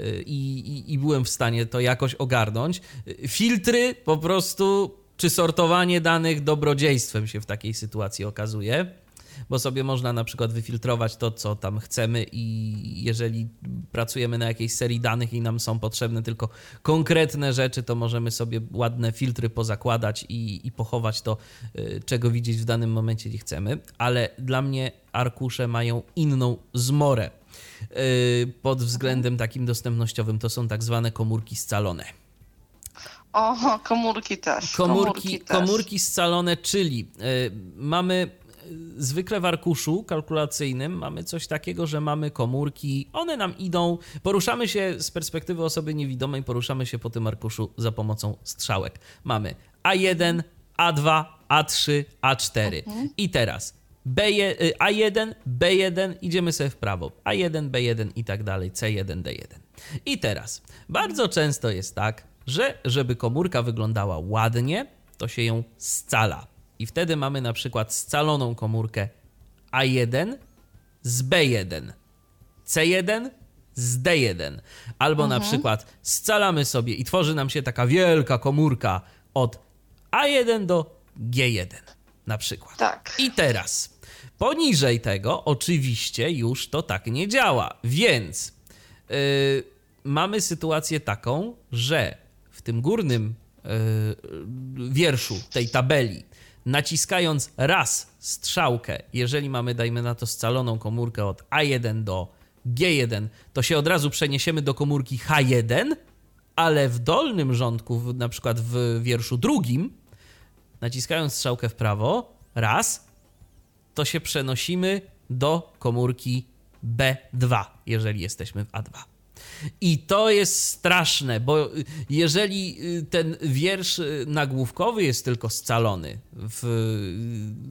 i byłem w stanie to jakoś ogarnąć. Filtry po prostu, czy sortowanie danych dobrodziejstwem się w takiej sytuacji okazuje, bo sobie można na przykład wyfiltrować to, co tam chcemy i jeżeli pracujemy na jakiejś serii danych i nam są potrzebne tylko konkretne rzeczy, to możemy sobie ładne filtry pozakładać i pochować to, czego widzieć w danym momencie nie chcemy, ale dla mnie arkusze mają inną zmorę pod względem takim dostępnościowym. To są tak zwane komórki scalone. Komórki też. Komórki scalone, czyli mamy zwykle w arkuszu kalkulacyjnym mamy coś takiego, że mamy komórki, one nam idą, poruszamy się z perspektywy osoby niewidomej, poruszamy się po tym arkuszu za pomocą strzałek. Mamy A1, A2, A3, A4 i teraz A1, B1, idziemy sobie w prawo, A1, B1 i tak dalej, C1, D1. I teraz bardzo często jest tak, że żeby komórka wyglądała ładnie, to się ją scala. I wtedy mamy na przykład scaloną komórkę A1 z B1, C1 z D1. Albo na przykład scalamy sobie i tworzy nam się taka wielka komórka od A1 do G1 na przykład. Tak. I teraz poniżej tego oczywiście już to tak nie działa, więc mamy sytuację taką, że w tym górnym wierszu tej tabeli, naciskając raz strzałkę, jeżeli mamy, dajmy na to, scaloną komórkę od A1 do G1, to się od razu przeniesiemy do komórki H1, ale w dolnym rządku, na przykład w wierszu drugim, naciskając strzałkę w prawo, raz, to się przenosimy do komórki B2, jeżeli jesteśmy w A2. I to jest straszne, bo jeżeli ten wiersz nagłówkowy jest tylko scalony w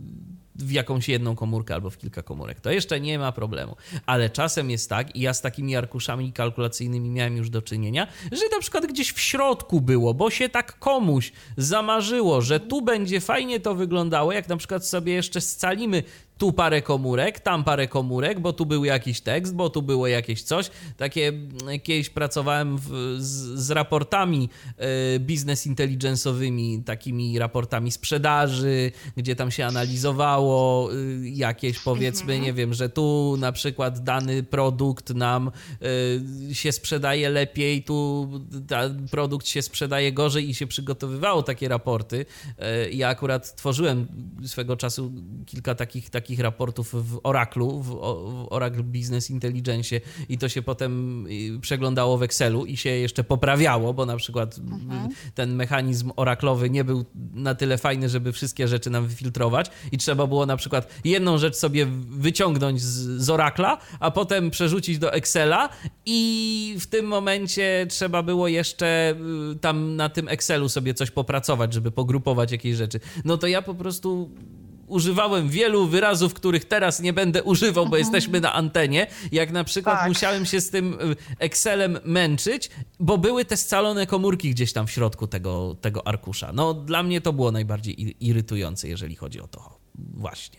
w jakąś jedną komórkę albo w kilka komórek. To jeszcze nie ma problemu. Ale czasem jest tak, i ja z takimi arkuszami kalkulacyjnymi miałem już do czynienia, że na przykład gdzieś w środku było, bo się tak komuś zamarzyło, że tu będzie fajnie to wyglądało, jak na przykład sobie jeszcze scalimy tu parę komórek, tam parę komórek, bo tu był jakiś tekst, bo tu było jakieś coś. Takie kiedyś pracowałem z raportami business intelligence'owymi, takimi raportami sprzedaży, gdzie tam się analizowało jakieś, powiedzmy, nie wiem, że tu na przykład dany produkt nam się sprzedaje lepiej, tu ten produkt się sprzedaje gorzej i się przygotowywało takie raporty. Ja akurat tworzyłem swego czasu kilka takich raportów w Oraclu, w Oracle Business Intelligence i to się potem przeglądało w Excelu i się jeszcze poprawiało, bo na przykład ten mechanizm oraclowy nie był na tyle fajny, żeby wszystkie rzeczy nam wyfiltrować i trzeba było na przykład jedną rzecz sobie wyciągnąć z Oracla, a potem przerzucić do Excela i w tym momencie trzeba było jeszcze tam na tym Excelu sobie coś popracować, żeby pogrupować jakieś rzeczy. No to ja po prostu używałem wielu wyrazów, których teraz nie będę używał, bo jesteśmy na antenie. Jak na przykład musiałem się z tym Excelem męczyć, bo były te scalone komórki gdzieś tam w środku tego arkusza. No dla mnie to było najbardziej irytujące, jeżeli chodzi o to właśnie.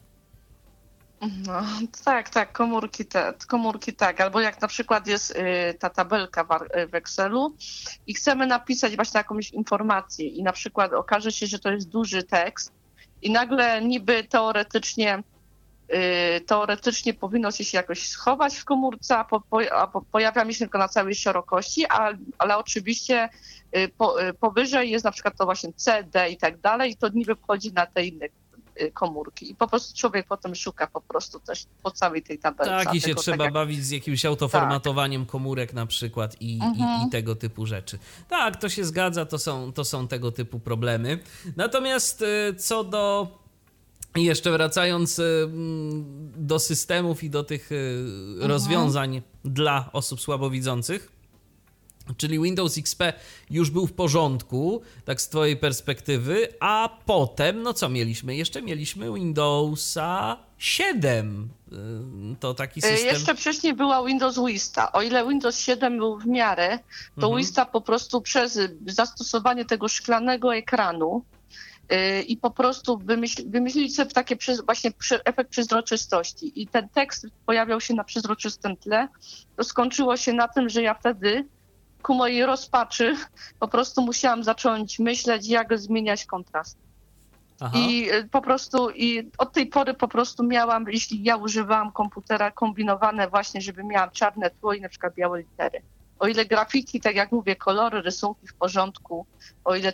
No, tak, komórki tak. Albo jak na przykład jest ta tabelka w Excelu i chcemy napisać właśnie jakąś informację i na przykład okaże się, że to jest duży tekst, i nagle niby teoretycznie powinno się jakoś schować w komórce, a pojawia mi się tylko na całej szerokości, ale oczywiście powyżej jest na przykład to właśnie C, D i tak dalej i to niby wchodzi na te inne komórki. I po prostu człowiek potem szuka po prostu też po całej tej tabelce. Tak, i się trzeba bawić z jakimś autoformatowaniem komórek na przykład i tego typu rzeczy. Tak, to się zgadza, to są tego typu problemy. Natomiast co do... Jeszcze wracając do systemów i do tych rozwiązań dla osób słabowidzących, czyli Windows XP już był w porządku, tak z twojej perspektywy, a potem, no co mieliśmy? Jeszcze mieliśmy Windowsa 7. To taki system... Jeszcze wcześniej była Windows Vista. O ile Windows 7 był w miarę, to Vista po prostu przez zastosowanie tego szklanego ekranu i po prostu wymyślili sobie taki właśnie efekt przezroczystości. I ten tekst pojawiał się na przezroczystym tle. To skończyło się na tym, że ja wtedy ku mojej rozpaczy po prostu musiałam zacząć myśleć, jak zmieniać kontrast. I po prostu od tej pory po prostu miałam, jeśli ja używałam komputera, kombinowane właśnie, żeby miałam czarne tło i na przykład białe litery. O ile grafiki, tak jak mówię, kolory, rysunki w porządku, o ile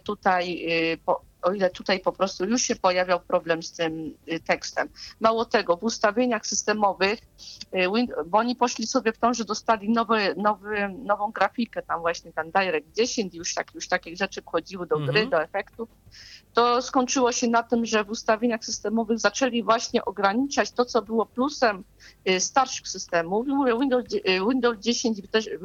tutaj po prostu już się pojawiał problem z tym tekstem. Mało tego, w ustawieniach systemowych, bo oni poszli sobie w to, że dostali nową grafikę, tam właśnie ten Direct 10, już takie rzeczy wchodziły do gry, do efektów. To skończyło się na tym, że w ustawieniach systemowych zaczęli właśnie ograniczać to, co było plusem starszych systemów. Mówię Windows 10,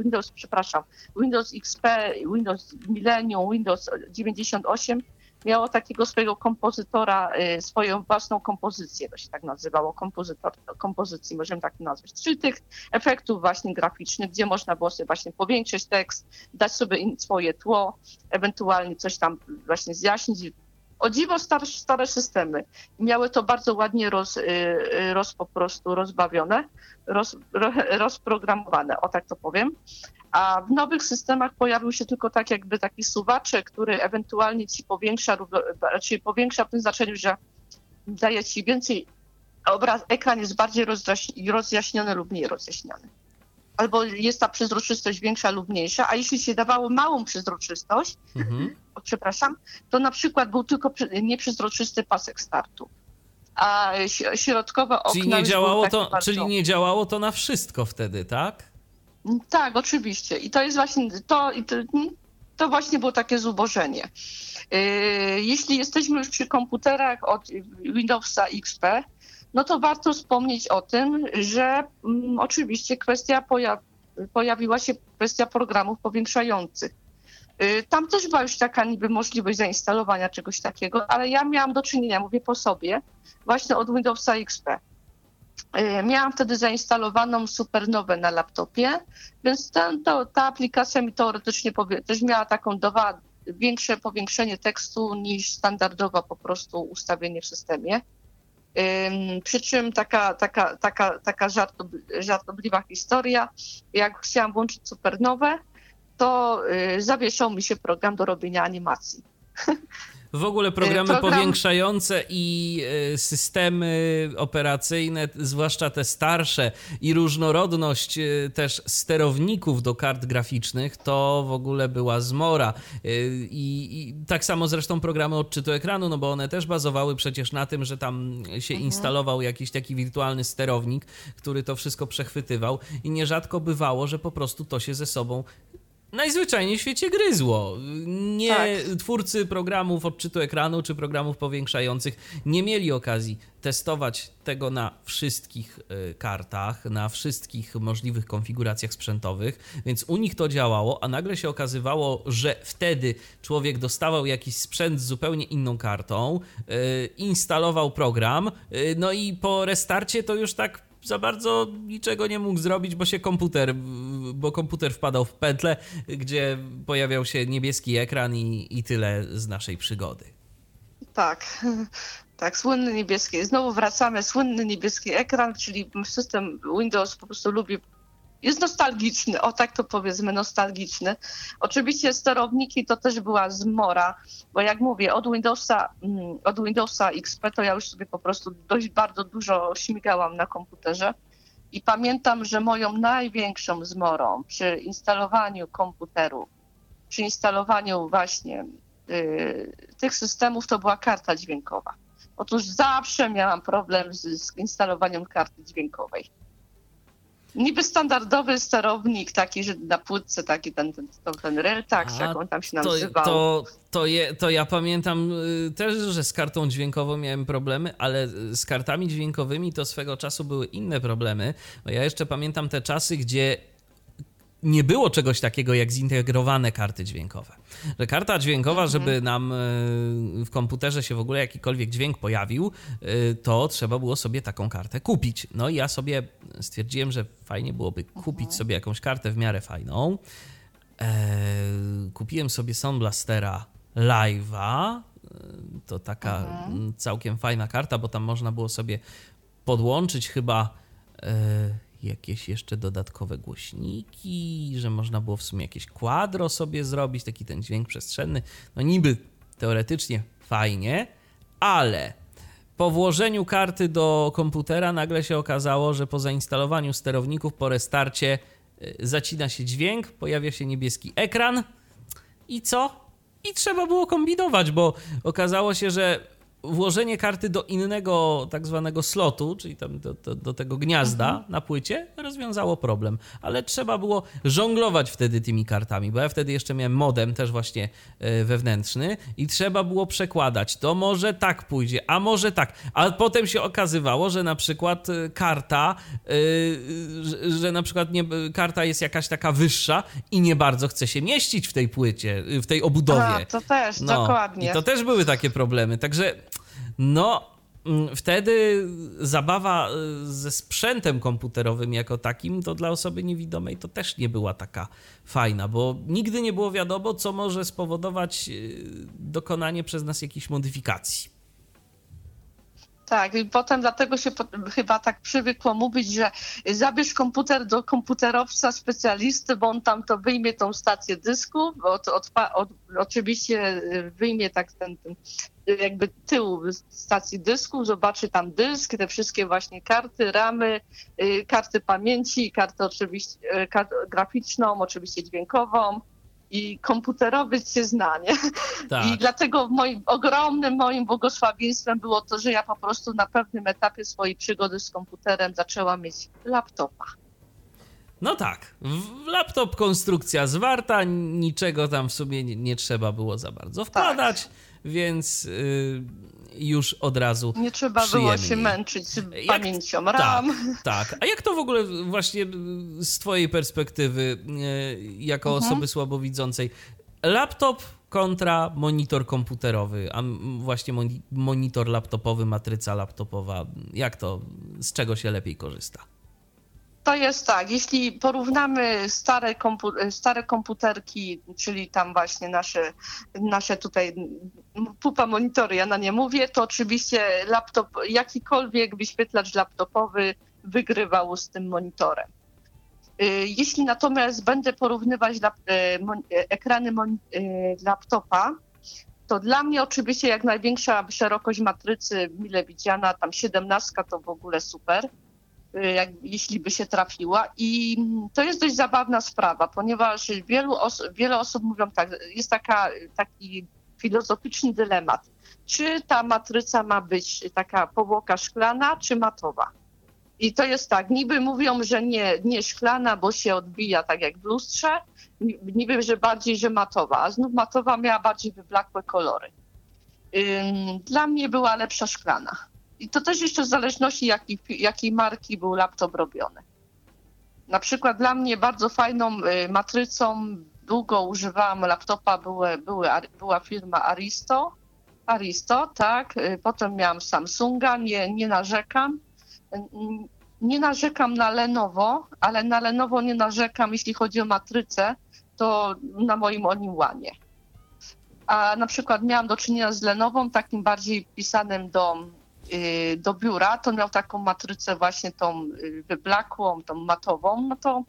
Windows XP, Windows Millennium, Windows 98 miało takiego swojego kompozytora, swoją własną kompozycję, to się tak nazywało, kompozytor kompozycji, możemy tak nazwać. Czyli tych efektów właśnie graficznych, gdzie można było sobie właśnie powiększyć tekst, dać sobie swoje tło, ewentualnie coś tam właśnie zjaśnić. O dziwo stare systemy miały to bardzo ładnie po prostu rozbawione, rozprogramowane, o tak to powiem. A w nowych systemach pojawił się tylko tak jakby taki suwaczek, który ewentualnie ci powiększa w tym znaczeniu, że daje ci więcej, ekran jest bardziej rozjaśniony lub mniej rozjaśniony. Albo jest ta przezroczystość większa lub mniejsza, a jeśli się dawało małą przezroczystość, to na przykład był tylko nieprzezroczysty pasek startu. A środkowe okna... Czyli nie działało to na wszystko wtedy, tak? Tak, oczywiście. I to jest właśnie to właśnie było takie zubożenie. Jeśli jesteśmy już przy komputerach od Windowsa XP, no to warto wspomnieć o tym, że oczywiście pojawiła się kwestia programów powiększających. Tam też była już taka niby możliwość zainstalowania czegoś takiego, ale ja miałam do czynienia, mówię po sobie, właśnie od Windowsa XP. Miałam wtedy zainstalowaną Supernowę na laptopie, więc ta aplikacja mi teoretycznie też miała taką większe powiększenie tekstu niż standardowa po prostu ustawienie w systemie. Przy czym taka żartobliwa historia, jak chciałam włączyć Supernowę, to zawieszał mi się program do robienia animacji. W ogóle programy powiększające i systemy operacyjne, zwłaszcza te starsze, i różnorodność też sterowników do kart graficznych, to w ogóle była zmora. I tak samo zresztą programy odczytu ekranu, no bo one też bazowały przecież na tym, że tam się instalował jakiś taki wirtualny sterownik, który to wszystko przechwytywał i nierzadko bywało, że po prostu to się ze sobą najzwyczajniej w świecie gryzło. Twórcy programów odczytu ekranu czy programów powiększających nie mieli okazji testować tego na wszystkich kartach, na wszystkich możliwych konfiguracjach sprzętowych, więc u nich to działało, a nagle się okazywało, że wtedy człowiek dostawał jakiś sprzęt z zupełnie inną kartą, instalował program, no i po restarcie to już tak za bardzo niczego nie mógł zrobić, bo komputer wpadał w pętlę, gdzie pojawiał się niebieski ekran i tyle z naszej przygody. Tak, słynny niebieski. Znowu wracamy, słynny niebieski ekran, czyli system Windows po prostu jest nostalgiczny, tak to powiedzmy, nostalgiczny. Oczywiście sterowniki to też była zmora, bo jak mówię, od Windowsa XP to ja już sobie po prostu dość bardzo dużo śmigałam na komputerze i pamiętam, że moją największą zmorą przy instalowaniu komputerów, przy instalowaniu właśnie tych systemów to była karta dźwiękowa. Otóż zawsze miałam problem z instalowaniem karty dźwiękowej. Niby standardowy sterownik taki, że na płytce taki ten Realtax, jak on tam się nazywał. To ja pamiętam też, że z kartą dźwiękową miałem problemy, ale z kartami dźwiękowymi to swego czasu były inne problemy. Bo ja jeszcze pamiętam te czasy, gdzie nie było czegoś takiego jak zintegrowane karty dźwiękowe. Że karta dźwiękowa, żeby nam w komputerze się w ogóle jakikolwiek dźwięk pojawił, to trzeba było sobie taką kartę kupić. No i ja sobie stwierdziłem, że fajnie byłoby kupić sobie jakąś kartę w miarę fajną. Kupiłem sobie Sound Blastera Live'a. To taka całkiem fajna karta, bo tam można było sobie podłączyć chyba jakieś jeszcze dodatkowe głośniki, że można było w sumie jakieś quadro sobie zrobić, taki ten dźwięk przestrzenny. No niby teoretycznie fajnie, ale po włożeniu karty do komputera nagle się okazało, że po zainstalowaniu sterowników, po restarcie zacina się dźwięk, pojawia się niebieski ekran i co? I trzeba było kombinować, bo okazało się, że włożenie karty do innego tak zwanego slotu, czyli tam do tego gniazda na płycie, rozwiązało problem. Ale trzeba było żonglować wtedy tymi kartami, bo ja wtedy jeszcze miałem modem też właśnie wewnętrzny i trzeba było przekładać. To może tak pójdzie, a może tak. A potem się okazywało, że na przykład karta, karta jest jakaś taka wyższa i nie bardzo chce się mieścić w tej płycie, w tej obudowie. To też, dokładnie. I to też były takie problemy. Także wtedy zabawa ze sprzętem komputerowym jako takim, to dla osoby niewidomej to też nie była taka fajna, bo nigdy nie było wiadomo, co może spowodować dokonanie przez nas jakichś modyfikacji. Tak, i potem dlatego się chyba tak przywykło mówić, że zabierz komputer do komputerowca specjalisty, bo on tam to wyjmie tą stację dysku, bo oczywiście wyjmie tak ten jakby tył stacji dysku, zobaczy tam dysk, te wszystkie właśnie karty, ramy, karty pamięci, kartę oczywiście graficzną, oczywiście dźwiękową. I komputerowiec się zna, nie? Tak. I dlatego moim błogosławieństwem było to, że ja po prostu na pewnym etapie swojej przygody z komputerem zaczęłam mieć laptopa. No tak, laptop konstrukcja zwarta, niczego tam w sumie nie trzeba było za bardzo wkładać, tak. Więc już od razu nie trzeba przyjemniej. Było się męczyć z pamięcią RAM. Tak. A jak to w ogóle właśnie z twojej perspektywy, jako osoby słabowidzącej, laptop kontra monitor komputerowy, a właśnie monitor laptopowy, matryca laptopowa. Jak to, z czego się lepiej korzysta? To jest tak, jeśli porównamy stare komputerki, czyli tam właśnie nasze tutaj pupa monitory, ja na nie mówię, to oczywiście laptop, jakikolwiek wyświetlacz laptopowy wygrywał z tym monitorem. Jeśli natomiast będę porównywać ekrany laptopa, to dla mnie oczywiście jak największa szerokość matrycy mile widziana, tam 17 to w ogóle super. Jeśli by się trafiła. I to jest dość zabawna sprawa, ponieważ wiele osób mówią tak, jest taki filozoficzny dylemat. Czy ta matryca ma być taka powłoka szklana, czy matowa? I to jest tak, niby mówią, że nie szklana, bo się odbija tak jak w lustrze, niby, że bardziej, że matowa, a znów matowa miała bardziej wyblakłe kolory. Dla mnie była lepsza szklana. I to też jeszcze w zależności jakiej marki był laptop robiony. Na przykład dla mnie bardzo fajną matrycą, długo używałam laptopa, była firma Aristo, tak. Potem miałam Samsunga, nie narzekam. Nie narzekam na Lenovo, ale na Lenovo nie narzekam, jeśli chodzi o matrycę, to na moim All-in-One. A na przykład miałam do czynienia z Lenową, takim bardziej pisanym do biura, to miał taką matrycę właśnie tą wyblakłą, tą matową, no to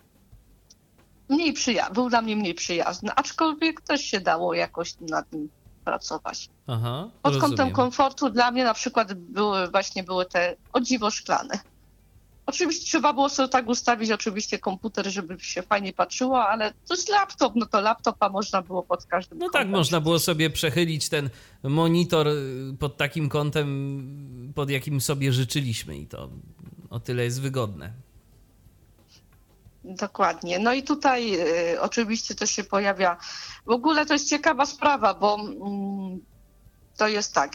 był dla mnie mniej przyjazny, aczkolwiek też się dało jakoś nad nim pracować. Aha, pod kątem rozumiem. komfortu dla mnie na przykład były te o dziwo szklane. Oczywiście trzeba było sobie tak ustawić oczywiście komputer, żeby się fajnie patrzyło, ale to jest laptop, no to laptopa można było pod każdym No kątem. tak, można było sobie przechylić ten monitor pod takim kątem, pod jakim sobie życzyliśmy i to o tyle jest wygodne. Dokładnie. No i tutaj oczywiście to się pojawia. W ogóle to jest ciekawa sprawa, bo to jest tak,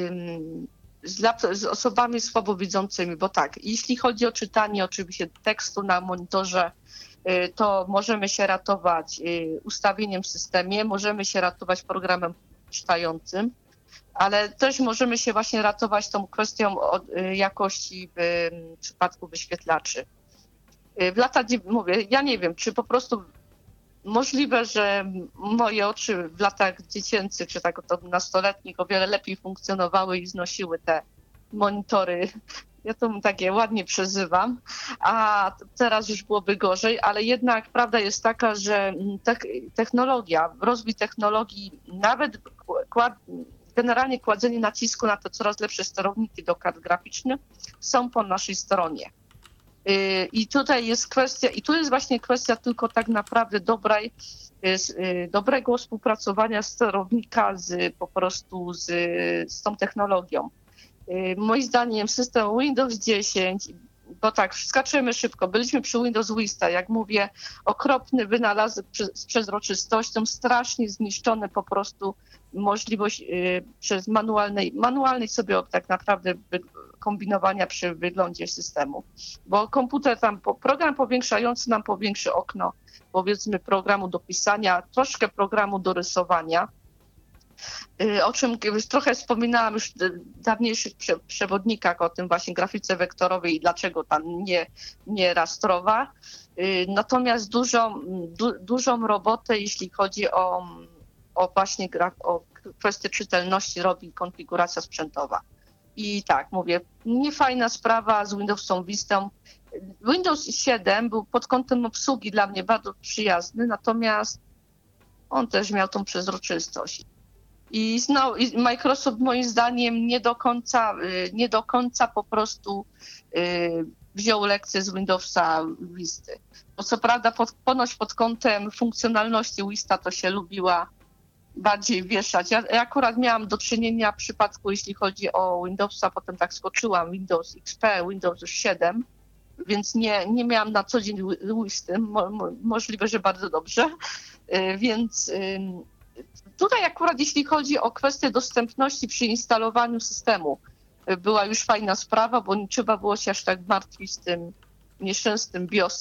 z osobami słabowidzącymi, bo tak, jeśli chodzi o czytanie oczywiście tekstu na monitorze, to możemy się ratować ustawieniem w systemie, możemy się ratować programem czytającym, ale też możemy się właśnie ratować tą kwestią jakości w przypadku wyświetlaczy. Mówię, ja nie wiem, czy po prostu możliwe, że moje oczy w latach dziecięcych, czy tak to nastoletnich o wiele lepiej funkcjonowały i znosiły te monitory. Ja to takie ładnie przezywam, a teraz już byłoby gorzej, ale jednak prawda jest taka, że rozwój technologii, nawet generalnie kładzenie nacisku na te coraz lepsze sterowniki do kart graficznych są po naszej stronie. I tutaj jest kwestia, i tu jest właśnie kwestia tylko tak naprawdę dobrego współpracowania sterownika z tą technologią. Moim zdaniem system Windows 10, bo tak, skaczemy szybko, byliśmy przy Windows Vista, jak mówię, okropny wynalazek z przezroczystością, strasznie zniszczony po prostu możliwość przez manualnej sobie tak naprawdę kombinowania przy wyglądzie systemu, bo komputer program powiększający nam powiększy okno, powiedzmy programu do pisania, troszkę programu do rysowania, o czym trochę wspominałam już w dawniejszych przewodnikach o tym właśnie grafice wektorowej i dlaczego tam nie rastrowa. Natomiast dużą robotę, jeśli chodzi o właśnie o kwestię czytelności, robi konfiguracja sprzętowa. I tak, mówię, niefajna sprawa z Windowsem Vistą. Windows 7 był pod kątem obsługi dla mnie bardzo przyjazny, natomiast on też miał tą przezroczystość. I Microsoft moim zdaniem nie do końca po prostu wziął lekcję z Windowsa Visty. Bo co prawda ponoć pod kątem funkcjonalności Vista to się lubiła bardziej wieszać. Ja akurat miałam do czynienia w przypadku, jeśli chodzi o Windowsa, potem tak skoczyłam, Windows XP, Windows 7, więc nie miałam na co dzień Visty, możliwe, że bardzo dobrze, więc tutaj akurat jeśli chodzi o kwestię dostępności przy instalowaniu systemu, była już fajna sprawa, bo nie trzeba było się aż tak martwić z tym nieszczęsnym BIOS-em.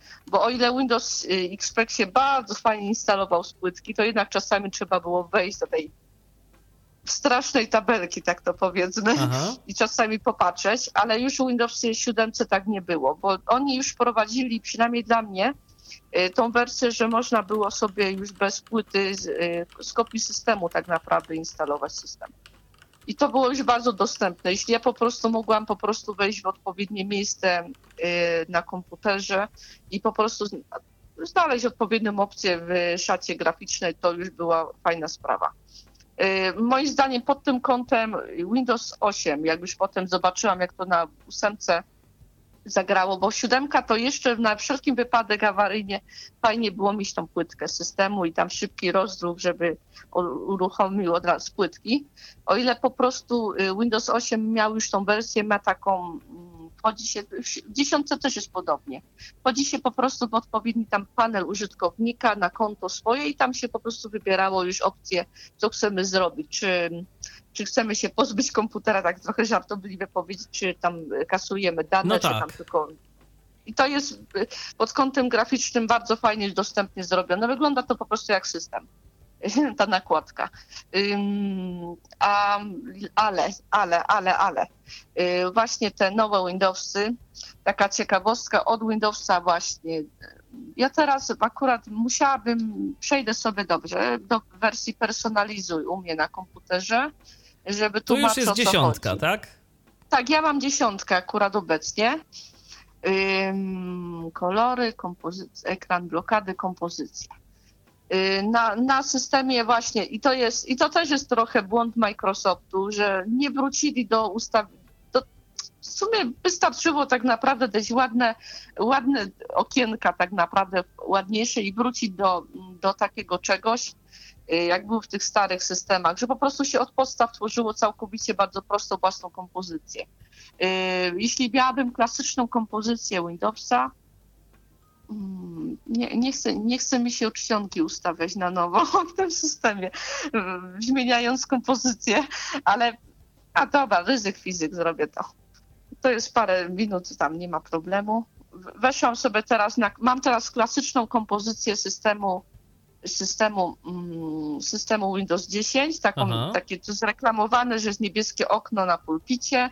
bo o ile Windows XP się bardzo fajnie instalował z płytki, to jednak czasami trzeba było wejść do tej strasznej tabelki, tak to powiedzmy, i czasami popatrzeć, ale już w Windowsie 7 tak nie było, bo oni już wprowadzili, przynajmniej dla mnie, tą wersję, że można było sobie już bez płyty z kopii systemu tak naprawdę instalować system. I to było już bardzo dostępne. Jeśli ja po prostu mogłam wejść w odpowiednie miejsce na komputerze i po prostu znaleźć odpowiednią opcję w szacie graficznej, to już była fajna sprawa. Moim zdaniem pod tym kątem Windows 8, jak już potem zobaczyłam, jak to na 8 zagrało, bo 7 to jeszcze na wszelki wypadek awaryjnie fajnie było mieć tą płytkę systemu i tam szybki rozruch, żeby uruchomił od razu płytki. O ile po prostu Windows 8 miał już tą wersję, ma taką, wchodzi się, w 10 też jest podobnie. Wchodzi się po prostu w odpowiedni tam panel użytkownika na konto swoje i tam się po prostu wybierało już opcje, co chcemy zrobić, czy chcemy się pozbyć komputera, tak trochę żartobliwie powiedzieć, czy tam kasujemy dane, czy tam tylko... I to jest pod kątem graficznym bardzo fajnie dostępnie zrobione. Wygląda to po prostu jak system, ta nakładka. Ale właśnie te nowe Windowsy, taka ciekawostka od Windowsa właśnie. Ja teraz akurat przejdę sobie dobrze do wersji personalizuj u mnie na komputerze, żeby tu już jest 10, tak? Tak, ja mam 10 akurat obecnie. Kolory, kompozycja, ekran blokady, kompozycja. Na systemie właśnie, i to też jest trochę błąd Microsoftu, że nie wrócili do ustaw. W sumie wystarczyło tak naprawdę dość ładne okienka, tak naprawdę ładniejsze i wrócić do takiego czegoś, jak był w tych starych systemach, że po prostu się od podstaw tworzyło całkowicie bardzo prostą własną kompozycję. Jeśli miałabym klasyczną kompozycję Windowsa, nie chce mi się czcionki ustawiać na nowo w tym systemie, zmieniając kompozycję, ale dobra, ryzyk fizyk, zrobię to. To jest parę minut, tam nie ma problemu. Weszłam sobie teraz, mam teraz klasyczną kompozycję systemu Windows 10, takie to zreklamowane, że jest niebieskie okno na pulpicie.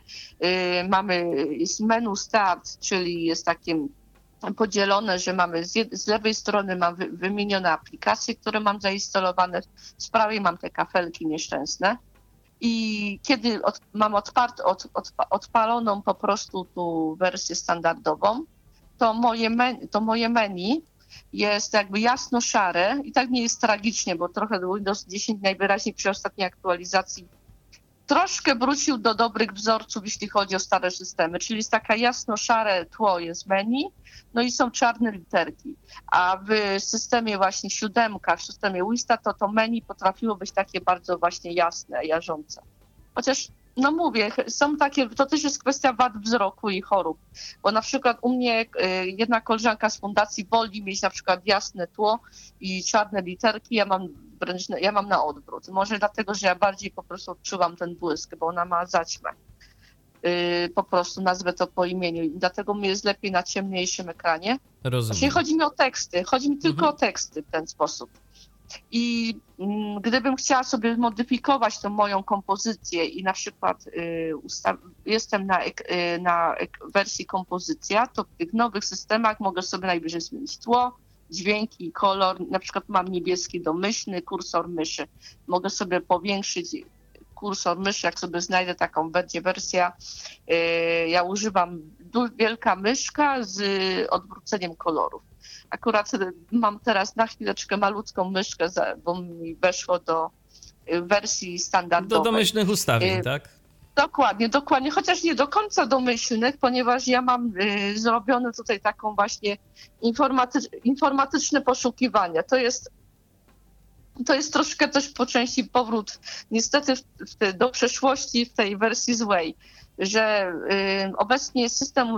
Jest menu start, czyli jest takie podzielone, że mamy z lewej strony mam wymienione aplikacje, które mam zainstalowane, z prawej mam te kafelki nieszczęsne. I kiedy mam odpaloną po prostu tu wersję standardową, to moje menu jest jakby jasno-szare i tak nie jest tragicznie, bo trochę Windows 10 najwyraźniej przy ostatniej aktualizacji troszkę wrócił do dobrych wzorców, jeśli chodzi o stare systemy, czyli jest taka jasno-szare tło jest menu, no i są czarne literki, a w systemie właśnie 7, w systemie Vista to menu potrafiło być takie bardzo właśnie jasne, jarzące. Chociaż, no mówię, są takie, to też jest kwestia wad wzroku i chorób, bo na przykład u mnie jedna koleżanka z fundacji woli mieć na przykład jasne tło i czarne literki, ja mam na odwrót. Może dlatego, że ja bardziej po prostu odczuwam ten błysk, bo ona ma zaćmę. Po prostu nazwę to po imieniu. Dlatego mi jest lepiej na ciemniejszym ekranie. Rozumiem. Czyli chodzi mi o teksty. Chodzi mi tylko o teksty w ten sposób. I gdybym chciała sobie modyfikować tą moją kompozycję i na przykład jestem na wersji kompozycja, to w tych nowych systemach mogę sobie najwyżej zmienić tło, dźwięki, kolor. Na przykład mam niebieski domyślny, kursor myszy. Mogę sobie powiększyć kursor myszy, jak sobie znajdę taką wersję. Ja używam wielka myszka z odwróceniem kolorów. Akurat mam teraz na chwileczkę malutką myszkę, bo mi weszło do wersji standardowej. Do domyślnych ustawień, tak? Dokładnie, chociaż nie do końca domyślnych, ponieważ ja mam zrobione tutaj taką właśnie informatyczne poszukiwanie. To jest troszkę też po części powrót niestety do przeszłości w tej wersji złej, że obecnie system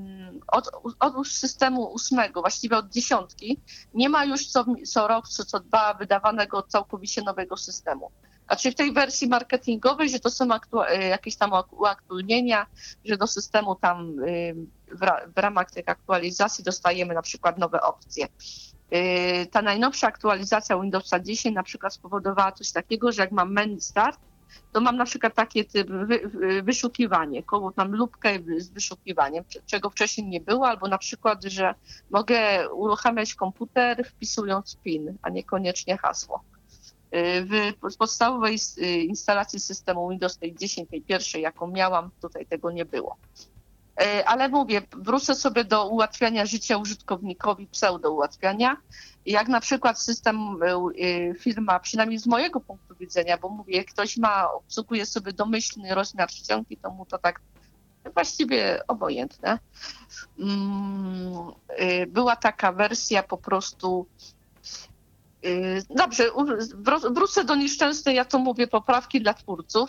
od systemu 8, właściwie od 10, nie ma już co rok, co dwa wydawanego całkowicie nowego systemu. Znaczy w tej wersji marketingowej, że to są jakieś tam uaktualnienia, że do systemu tam w ramach tych aktualizacji dostajemy na przykład nowe opcje. Ta najnowsza aktualizacja Windowsa 10 na przykład spowodowała coś takiego, że jak mam menu start, to mam na przykład takie typ wyszukiwanie, mam lupkę z wyszukiwaniem, czego wcześniej nie było, albo na przykład, że mogę uruchamiać komputer wpisując PIN, a niekoniecznie hasło. W podstawowej instalacji systemu Windows tej 10, tej pierwszej, jaką miałam, tutaj tego nie było. Ale mówię, wrócę sobie do ułatwiania życia użytkownikowi, pseudo-ułatwiania. Jak na przykład system, firma, przynajmniej z mojego punktu widzenia, bo mówię, jak ktoś obsługuje sobie domyślny rozmiar czcionki, to mu to tak właściwie obojętne. Była taka wersja po prostu. Dobrze, wrócę do nieszczęsnej, ja to mówię, poprawki dla twórców,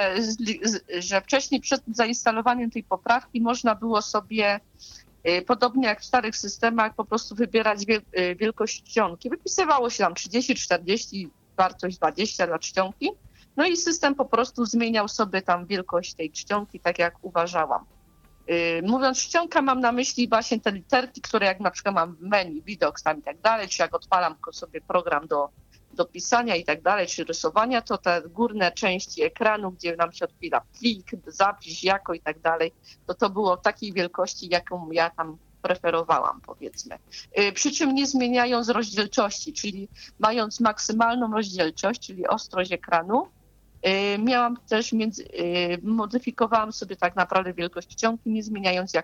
że wcześniej przed zainstalowaniem tej poprawki można było sobie, podobnie jak w starych systemach, po prostu wybierać wielkość czcionki. Wypisywało się tam 30, 40, wartość 20 dla czcionki. No i system po prostu zmieniał sobie tam wielkość tej czcionki, tak jak uważałam. Mówiąc czcionka, mam na myśli właśnie te literki, które jak na przykład mam w menu, widok tam i tak dalej, czy jak odpalam sobie program do pisania i tak dalej, czy rysowania, to te górne części ekranu, gdzie nam się odpila plik, zapis, jako i tak dalej, to było takiej wielkości, jaką ja tam preferowałam, powiedzmy. Przy czym nie zmieniając rozdzielczości, czyli mając maksymalną rozdzielczość, czyli ostrość ekranu, miałam też modyfikowałam sobie tak naprawdę wielkość czcionki, nie zmieniając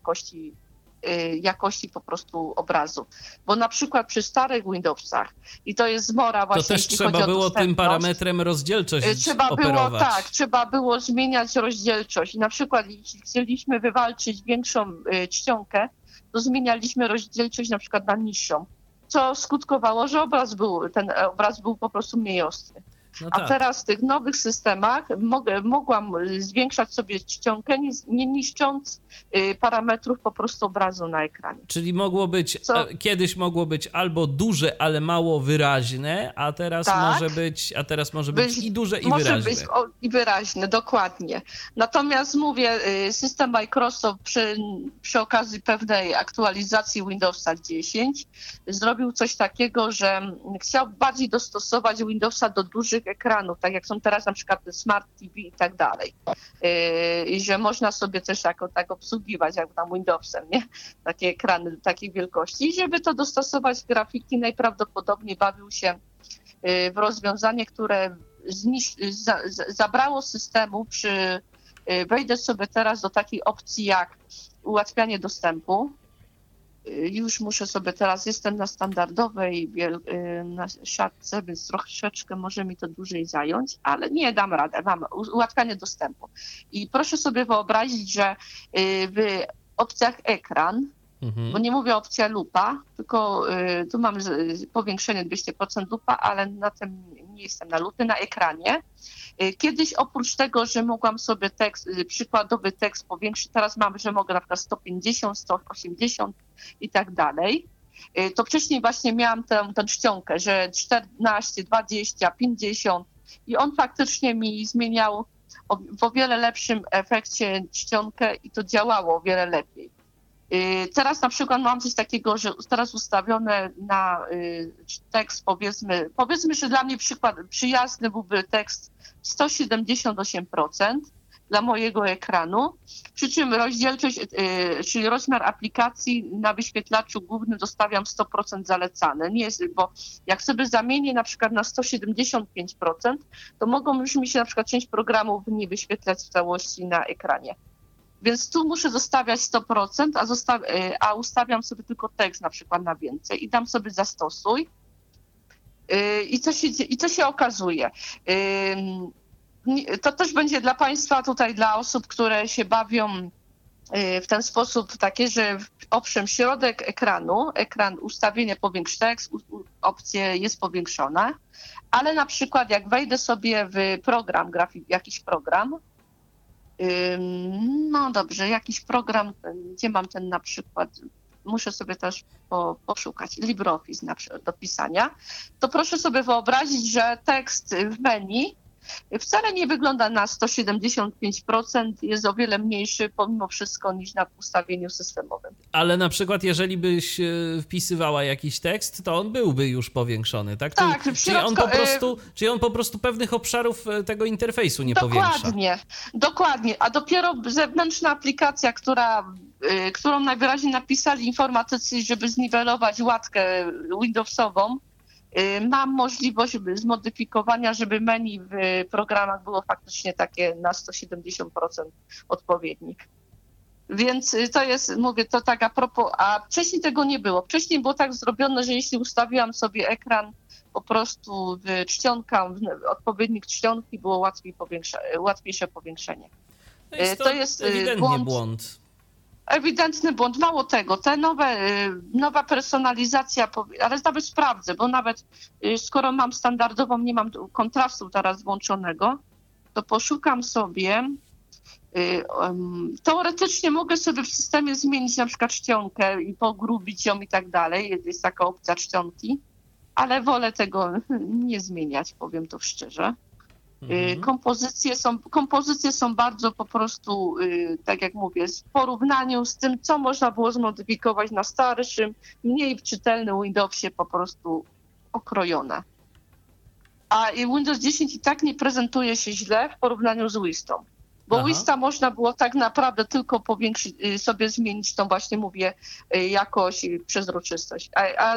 jakości po prostu obrazu. Bo na przykład przy starych Windowsach, i to jest zmora właśnie, to też trzeba było tym parametrem rozdzielczość operować. Trzeba było zmieniać rozdzielczość. I na przykład jeśli chcieliśmy wywalczyć większą czcionkę, to zmienialiśmy rozdzielczość na przykład na niższą, co skutkowało, że ten obraz był po prostu mniej ostry. No tak. A teraz w tych nowych systemach mogłam zwiększać sobie czcionkę, nie niszcząc parametrów po prostu obrazu na ekranie. Czyli kiedyś mogło być albo duże, ale mało wyraźne, a teraz może być i duże, i wyraźne. Może być i wyraźne, dokładnie. Natomiast mówię, system Microsoft przy okazji pewnej aktualizacji Windowsa 10 zrobił coś takiego, że chciał bardziej dostosować Windowsa do dużych ekranów, tak jak są teraz na przykład Smart TV i tak dalej. I że można sobie też tak obsługiwać, jak tam Windowsem, nie? Takie ekrany takiej wielkości. I żeby to dostosować grafiki, najprawdopodobniej bawił się w rozwiązanie, które zabrało systemu wejdę sobie teraz do takiej opcji jak ułatwianie dostępu. Już muszę sobie teraz, jestem na standardowej na siatce, więc troszeczkę może mi to dłużej zająć, ale nie dam radę, mam ułatwianie dostępu. I proszę sobie wyobrazić, że w opcjach ekran, bo nie mówię opcja lupa, tylko tu mam powiększenie 200% lupa, ale na tym nie jestem na lupy, na ekranie. Kiedyś oprócz tego, że mogłam sobie przykładowy tekst powiększyć, teraz mam, że mogę na przykład 150, 180 i tak dalej. To wcześniej właśnie miałam tę czcionkę, że 14, 20, 50 i on faktycznie mi zmieniał w o wiele lepszym efekcie czcionkę i to działało o wiele lepiej. Teraz na przykład mam coś takiego, że teraz ustawione na tekst, powiedzmy, że dla mnie przyjazny byłby tekst 178% dla mojego ekranu, przy czym rozdzielczość, czyli rozmiar aplikacji na wyświetlaczu głównym zostawiam 100% zalecane. Nie jest, bo jak sobie zamienię na przykład na 175%, to mogą już mi się na przykład część programów nie wyświetlać w całości na ekranie. Więc tu muszę zostawiać 100%, a ustawiam sobie tylko tekst na przykład na więcej i dam sobie zastosuj. I co się okazuje? To też będzie dla Państwa tutaj, dla osób, które się bawią w ten sposób takie, że owszem, środek ekranu, ustawienie powiększ tekst, opcja jest powiększona, ale na przykład jak wejdę sobie w program, jakiś program, no dobrze, jakiś program, gdzie mam ten na przykład, muszę sobie też poszukać, LibreOffice na przykład do pisania, to proszę sobie wyobrazić, że tekst w menu wcale nie wygląda na 175%, jest o wiele mniejszy pomimo wszystko niż na ustawieniu systemowym. Ale na przykład jeżeli byś wpisywała jakiś tekst, to on byłby już powiększony, tak? Tak, Czyli on po prostu pewnych obszarów tego interfejsu nie powiększa. Dokładnie, a dopiero zewnętrzna aplikacja, którą najwyraźniej napisali informatycy, żeby zniwelować łatkę Windowsową, mam możliwość zmodyfikowania, żeby menu w programach było faktycznie takie na 170% odpowiednik. Więc to jest, mówię, to tak a propos, a wcześniej tego nie było. Wcześniej było tak zrobione, że jeśli ustawiłam sobie ekran po prostu w czcionka, odpowiednik czcionki, było łatwiejsze powiększenie. To jest ewidentnie błąd. Ewidentny błąd. Mało tego, nowa personalizacja, ale nawet sprawdzę, bo nawet skoro mam standardową, nie mam kontrastu teraz włączonego, to poszukam sobie, teoretycznie mogę sobie w systemie zmienić na przykład czcionkę i pogrubić ją i tak dalej, jest taka opcja czcionki, ale wolę tego nie zmieniać, powiem to szczerze. Kompozycje są bardzo po prostu, tak jak mówię, w porównaniu z tym, co można było zmodyfikować na starszym, mniej czytelnym Windowsie, po prostu okrojone. A Windows 10 i tak nie prezentuje się źle w porównaniu z Vistą. Bo Vista można było tak naprawdę tylko powiększyć, sobie zmienić tą właśnie, mówię, jakość i przezroczystość.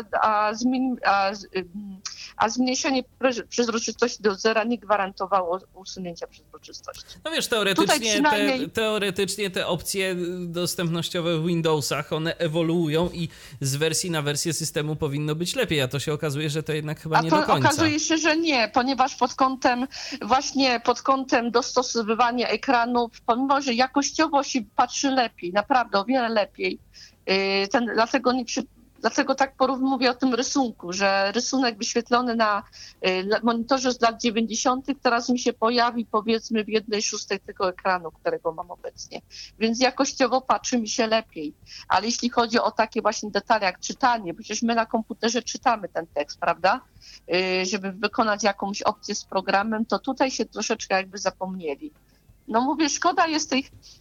A zmniejszenie przezroczystości do zera nie gwarantowało usunięcia przezroczystości. No wiesz, teoretycznie te opcje dostępnościowe w Windowsach, one ewoluują i z wersji na wersję systemu powinno być lepiej, a to się okazuje, że to jednak chyba nie do końca. Okazuje się, że nie, ponieważ pod kątem dostosowywania ekranów, pomimo że jakościowo się patrzy lepiej, naprawdę o wiele lepiej, dlatego tak mówię o tym rysunku, że rysunek wyświetlony na monitorze z lat 90. teraz mi się pojawi powiedzmy w 1/6 tego ekranu, którego mam obecnie. Więc jakościowo patrzy mi się lepiej. Ale jeśli chodzi o takie właśnie detale jak czytanie, przecież my na komputerze czytamy ten tekst, prawda? Żeby wykonać jakąś opcję z programem, to tutaj się troszeczkę jakby zapomnieli. No mówię, szkoda jest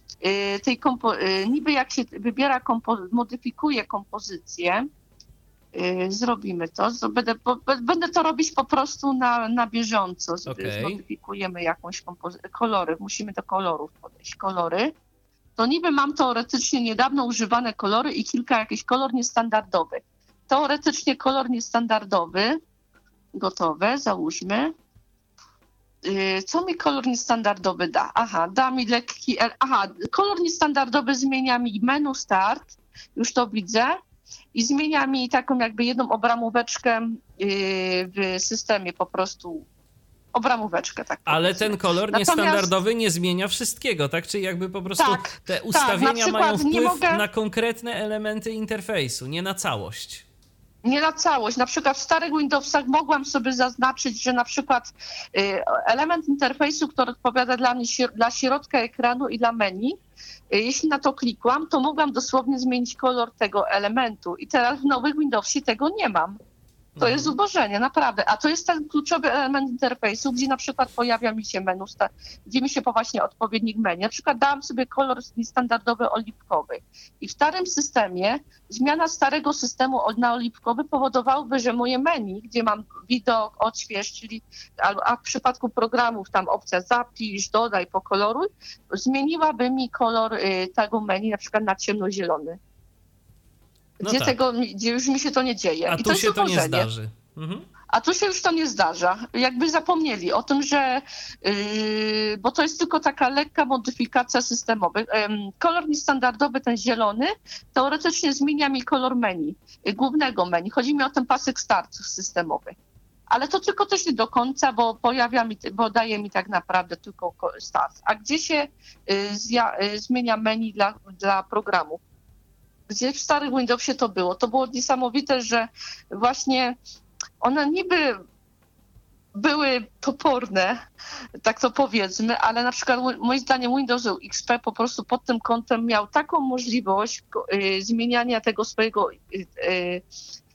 niby jak się wybiera, modyfikuje kompozycję, zrobimy to, będę to robić po prostu na bieżąco, zmodyfikujemy jakąś kolory, musimy do kolorów podejść, kolory, to niby mam teoretycznie niedawno używane kolory i kilka jakichś kolor niestandardowych. Teoretycznie kolor niestandardowy, gotowe, załóżmy. Co mi kolor niestandardowy da? Da mi lekki... kolor niestandardowy zmienia mi menu start, już to widzę, i zmienia mi taką jakby jedną obramóweczkę w systemie, po prostu obramóweczkę. Tak ale ten kolor niestandardowy nie zmienia wszystkiego, tak? Czyli jakby po prostu te ustawienia mają wpływ na konkretne elementy interfejsu, nie na całość. Nie na całość. Na przykład w starych Windowsach mogłam sobie zaznaczyć, że na przykład element interfejsu, który odpowiada dla środka ekranu i dla menu, jeśli na to klikłam, to mogłam dosłownie zmienić kolor tego elementu. I teraz w nowych Windowsie tego nie mam. To jest zubożenie, naprawdę. A to jest ten kluczowy element interfejsu, gdzie na przykład pojawia mi się menu, gdzie mi się właśnie odpowiednik menu. Na przykład dałam sobie kolor niestandardowy oliwkowy. I w starym systemie zmiana starego systemu na oliwkowy powodowałaby, że moje menu, gdzie mam widok, odśwież, czyli a w przypadku programów tam opcja zapisz, dodaj, pokoloruj, zmieniłaby mi kolor tego menu na przykład na ciemnozielony. Gdzie już mi się to nie dzieje. A tu się to nie zdarzy. A tu się już to nie zdarza. Jakby zapomnieli o tym, że... bo to jest tylko taka lekka modyfikacja systemowa. Kolor niestandardowy, ten zielony, teoretycznie zmienia mi kolor menu, głównego menu. Chodzi mi o ten pasek start systemowy. Ale to tylko też nie do końca, bo daje mi tak naprawdę tylko start. A gdzie się zmienia menu dla programów? Gdzie w starym Windowsie to było? To było niesamowite, że właśnie one niby były toporne, tak to powiedzmy, ale na przykład moim zdaniem Windows XP po prostu pod tym kątem miał taką możliwość zmieniania tego swojego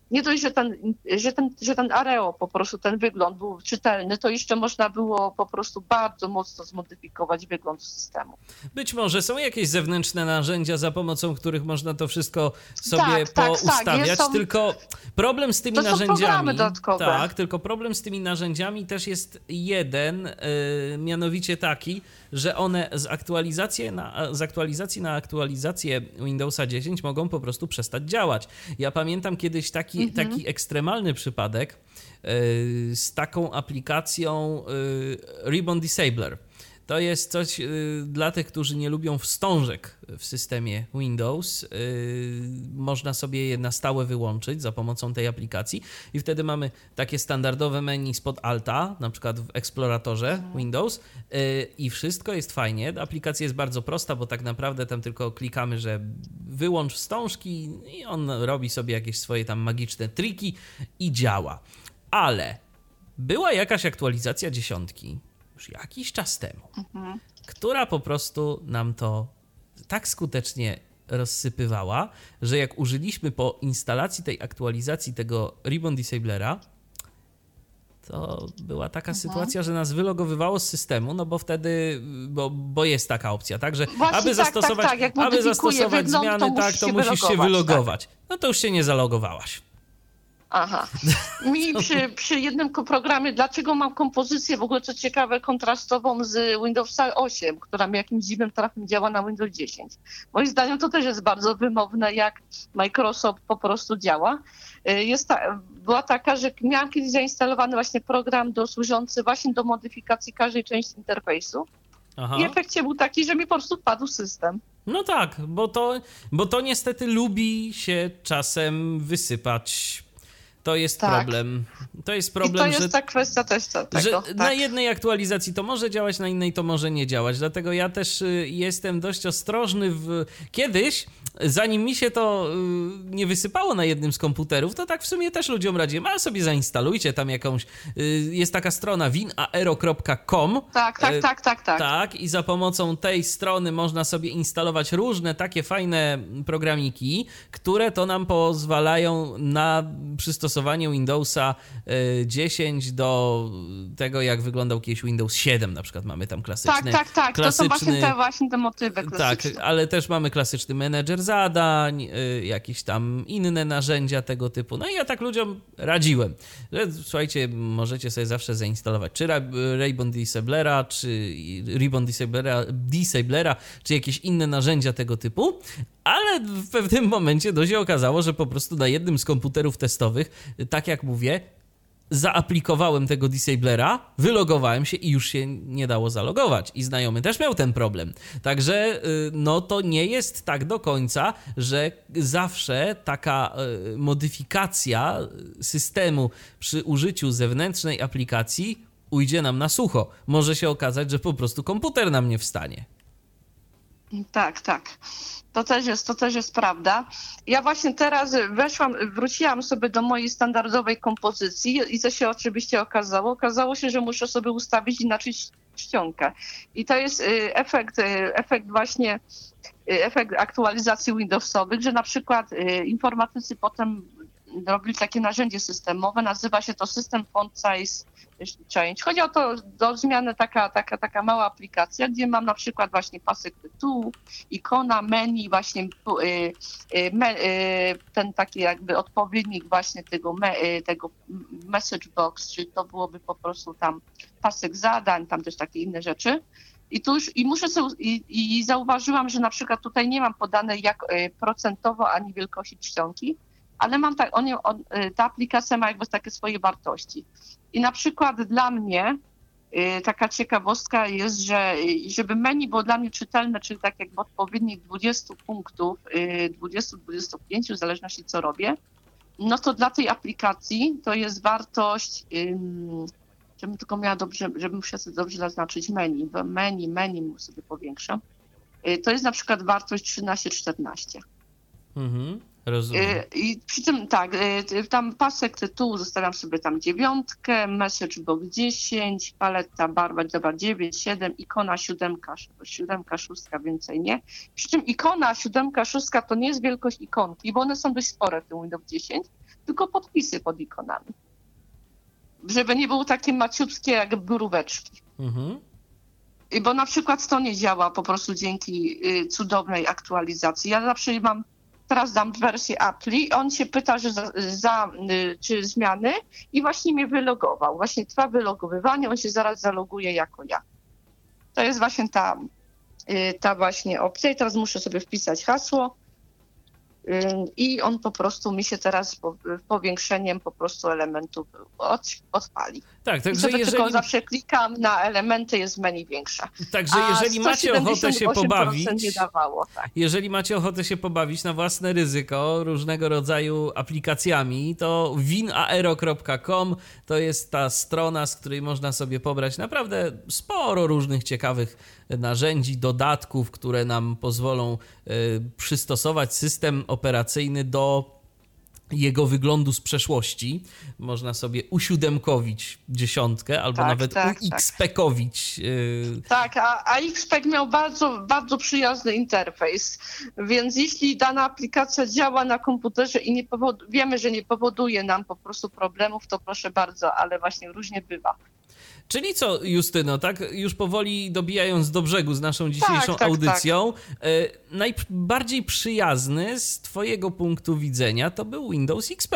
nie dość, że ten Areo po prostu, ten wygląd był czytelny, to jeszcze można było po prostu bardzo mocno zmodyfikować wygląd systemu. Być może są jakieś zewnętrzne narzędzia, za pomocą których można to wszystko sobie poustawiać, tylko problem z tymi narzędziami. Tak, tylko problem z tymi narzędziami też jest jeden, mianowicie taki, że one z aktualizacji na aktualizację Windowsa 10 mogą po prostu przestać działać. Ja pamiętam kiedyś taki ekstremalny przypadek z taką aplikacją Ribbon Disabler. To jest coś dla tych, którzy nie lubią wstążek w systemie Windows. Można sobie je na stałe wyłączyć za pomocą tej aplikacji i wtedy mamy takie standardowe menu spod Alta, na przykład w eksploratorze Windows i wszystko jest fajnie. Aplikacja jest bardzo prosta, bo tak naprawdę tam tylko klikamy, że wyłącz wstążki i on robi sobie jakieś swoje tam magiczne triki i działa. Ale była jakaś aktualizacja 10 już jakiś czas temu, która po prostu nam to tak skutecznie rozsypywała, że jak użyliśmy po instalacji tej aktualizacji tego Ribbon Disablera, to była taka sytuacja, że nas wylogowywało z systemu, no bo wtedy, bo jest taka opcja, tak, że właśnie aby zastosować wygląd, zmiany, to musisz się wylogować. Tak? No to już się nie zalogowałaś. Aha. Mi przy jednym programie, dlaczego mam kompozycję w ogóle, co ciekawe, kontrastową z Windowsa 8, która mi jakimś dziwnym trafem działa na Windows 10. Moim zdaniem to też jest bardzo wymowne, jak Microsoft po prostu działa. Była taka, że miałam kiedyś zainstalowany właśnie program służący właśnie do modyfikacji każdej części interfejsu. Aha. I w efekcie był taki, że mi po prostu padł system. No tak, bo to niestety lubi się czasem wysypać. To jest problem. To jest problem, I to jest ta kwestia też tego. Że na jednej aktualizacji to może działać, na innej to może nie działać. Dlatego ja też jestem dość ostrożny Kiedyś, zanim mi się to nie wysypało na jednym z komputerów, to tak w sumie też ludziom radziłem, a sobie zainstalujcie tam jakąś... Jest taka strona winaero.com. Tak. Tak, i za pomocą tej strony można sobie instalować różne takie fajne programiki, które to nam pozwalają na przystosowanie Windowsa 10 do tego, jak wyglądał kiedyś Windows 7, na przykład mamy tam klasyczny... Tak, to są właśnie te motywy klasyczne. Tak, ale też mamy klasyczny menedżer zadań, jakieś tam inne narzędzia tego typu. No i ja tak ludziom radziłem, że słuchajcie, możecie sobie zawsze zainstalować czy Ribbon Disablera, czy Ribbon Disablera, czy jakieś inne narzędzia tego typu, ale w pewnym momencie się okazało, że po prostu na jednym z komputerów testowych, tak jak mówię, zaaplikowałem tego Disablera, wylogowałem się i już się nie dało zalogować. I znajomy też miał ten problem. Także no to nie jest tak do końca, że zawsze taka modyfikacja systemu przy użyciu zewnętrznej aplikacji ujdzie nam na sucho. Może się okazać, że po prostu komputer nam nie wstanie. Tak. To też jest prawda. Ja właśnie teraz wróciłam sobie do mojej standardowej kompozycji i co się oczywiście okazało? Okazało się, że muszę sobie ustawić inaczej czcionkę. I to jest efekt aktualizacji Windowsowych, że na przykład informatycy potem robili takie narzędzie systemowe, nazywa się to System Font Size Change. Chodzi o to, do zmiany taka mała aplikacja, gdzie mam na przykład właśnie pasek tytułu, ikona, menu, właśnie ten taki jakby odpowiednik właśnie tego message box, czyli to byłoby po prostu tam pasek zadań, tam też takie inne rzeczy. I zauważyłam, że na przykład tutaj nie mam podane jak procentowo ani wielkości czcionki, ale mam ta aplikacja ma jakby takie swoje wartości. I na przykład dla mnie taka ciekawostka jest, że żeby menu było dla mnie czytelne, czyli tak jakby odpowiednik 20 punktów, 20-25, w zależności co robię, no to dla tej aplikacji to jest wartość, żebym tylko miała żebym musiała sobie dobrze zaznaczyć menu sobie powiększam, to jest na przykład wartość 13-14. Rozumiem. I przy tym tam pasek tytułu zostawiam sobie tam 9, message box 10, paleta barwa 9, 7, ikona 7, 6, więcej nie. Przy czym ikona 7, 6 to nie jest wielkość ikonki, bo one są dość spore w tym Windows 10, tylko podpisy pod ikonami. Żeby nie były takie maciutkie jak boróweczki. Bo na przykład to nie działa po prostu dzięki cudownej aktualizacji. Ja zawsze teraz dam wersję Appli, on się pyta, że czy zmiany i właśnie mnie wylogował. Właśnie trwa wylogowywanie, on się zaraz zaloguje jako ja. To jest właśnie ta właśnie opcja i teraz muszę sobie wpisać hasło i on po prostu mi się teraz powiększeniem po prostu elementów odpali. Tak, także sobie tylko zawsze klikam na elementy, jest menu większa. Także jeżeli macie ochotę się pobawić, nie dawało, tak. Jeżeli macie ochotę się pobawić na własne ryzyko różnego rodzaju aplikacjami, to winaero.com to jest ta strona, z której można sobie pobrać naprawdę sporo różnych ciekawych narzędzi, dodatków, które nam pozwolą przystosować system operacyjny do jego wyglądu z przeszłości. Można sobie usiódemkowić dziesiątkę albo nawet uXPekowić. Tak, a XPEG miał bardzo, bardzo przyjazny interfejs, więc jeśli dana aplikacja działa na komputerze i wiemy, że nie powoduje nam po prostu problemów, to proszę bardzo, ale właśnie różnie bywa. Czyli co, Justyno, tak już powoli dobijając do brzegu z naszą dzisiejszą audycją, najbardziej przyjazny z twojego punktu widzenia to był Windows XP.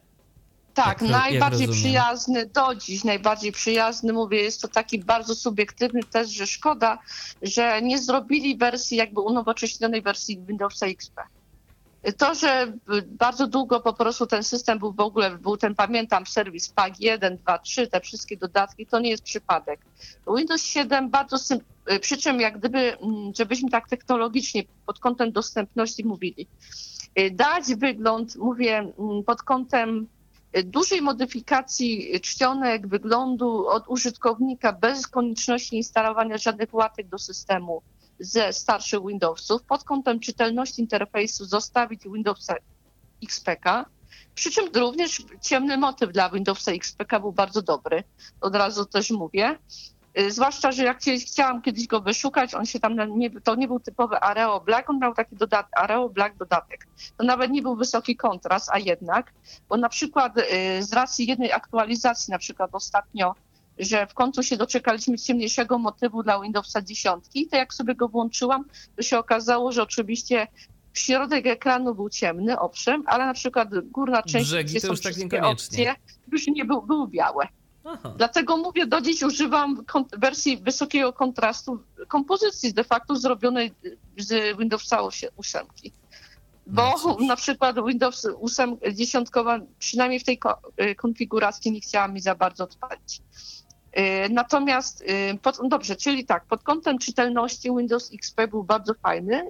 Tak, najbardziej przyjazny do dziś, najbardziej przyjazny, mówię, jest to taki bardzo subiektywny test, że szkoda, że nie zrobili wersji jakby unowocześnionej wersji Windowsa XP. To, że bardzo długo po prostu ten system był ten, pamiętam, serwis PAG 1, 2, 3, te wszystkie dodatki, to nie jest przypadek. Windows 7 bardzo przy czym jak gdyby, żebyśmy tak technologicznie pod kątem dostępności mówili, dać wygląd, mówię, pod kątem dużej modyfikacji czcionek, wyglądu od użytkownika bez konieczności instalowania żadnych łatek do systemu ze starszych Windowsów, pod kątem czytelności interfejsu zostawić Windowsa XPK, przy czym również ciemny motyw dla Windowsa XPK był bardzo dobry, od razu też mówię. Zwłaszcza, że jak chciałam kiedyś go wyszukać, on się tam, to nie był typowy Areo Black, on miał taki Areo Black dodatek. To nawet nie był wysoki kontrast, a jednak, bo na przykład z racji jednej aktualizacji, na przykład ostatnio, że w końcu się doczekaliśmy ciemniejszego motywu dla Windowsa 10, to jak sobie go włączyłam, to się okazało, że oczywiście środek ekranu był ciemny, owszem, ale na przykład górna część, gdzie są wszystkie opcje, już nie były białe. Aha. Dlatego mówię, do dziś używam wersji wysokiego kontrastu kompozycji de facto zrobionej z Windowsa 8. Bo na przykład Windows 8 10 przynajmniej w tej konfiguracji nie chciała mi za bardzo odpalić. Natomiast, dobrze, czyli tak, pod kątem czytelności Windows XP był bardzo fajny,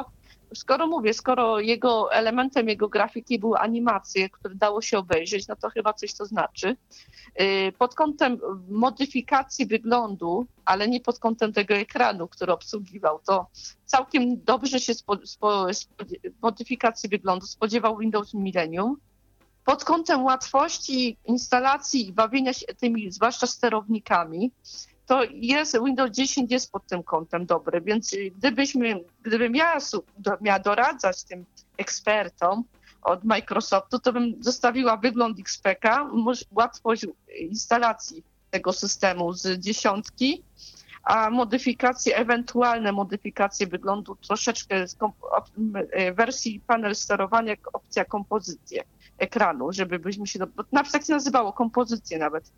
skoro jego elementem jego grafiki były animacje, które dało się obejrzeć, no to chyba coś to znaczy. Pod kątem modyfikacji wyglądu, ale nie pod kątem tego ekranu, który obsługiwał, to całkiem dobrze się modyfikacji wyglądu spodziewał Windows Millennium. Pod kątem łatwości instalacji i bawienia się tymi, zwłaszcza sterownikami, to Windows 10 jest pod tym kątem dobry, więc gdybym miała doradzać tym ekspertom od Microsoftu, to bym zostawiła wygląd XPK, łatwość instalacji tego systemu z 10, a ewentualne modyfikacje wyglądu troszeczkę z wersji panel sterowania, opcja kompozycje ekranu, żebyśmy się, nawet tak się nazywało, kompozycję nawet,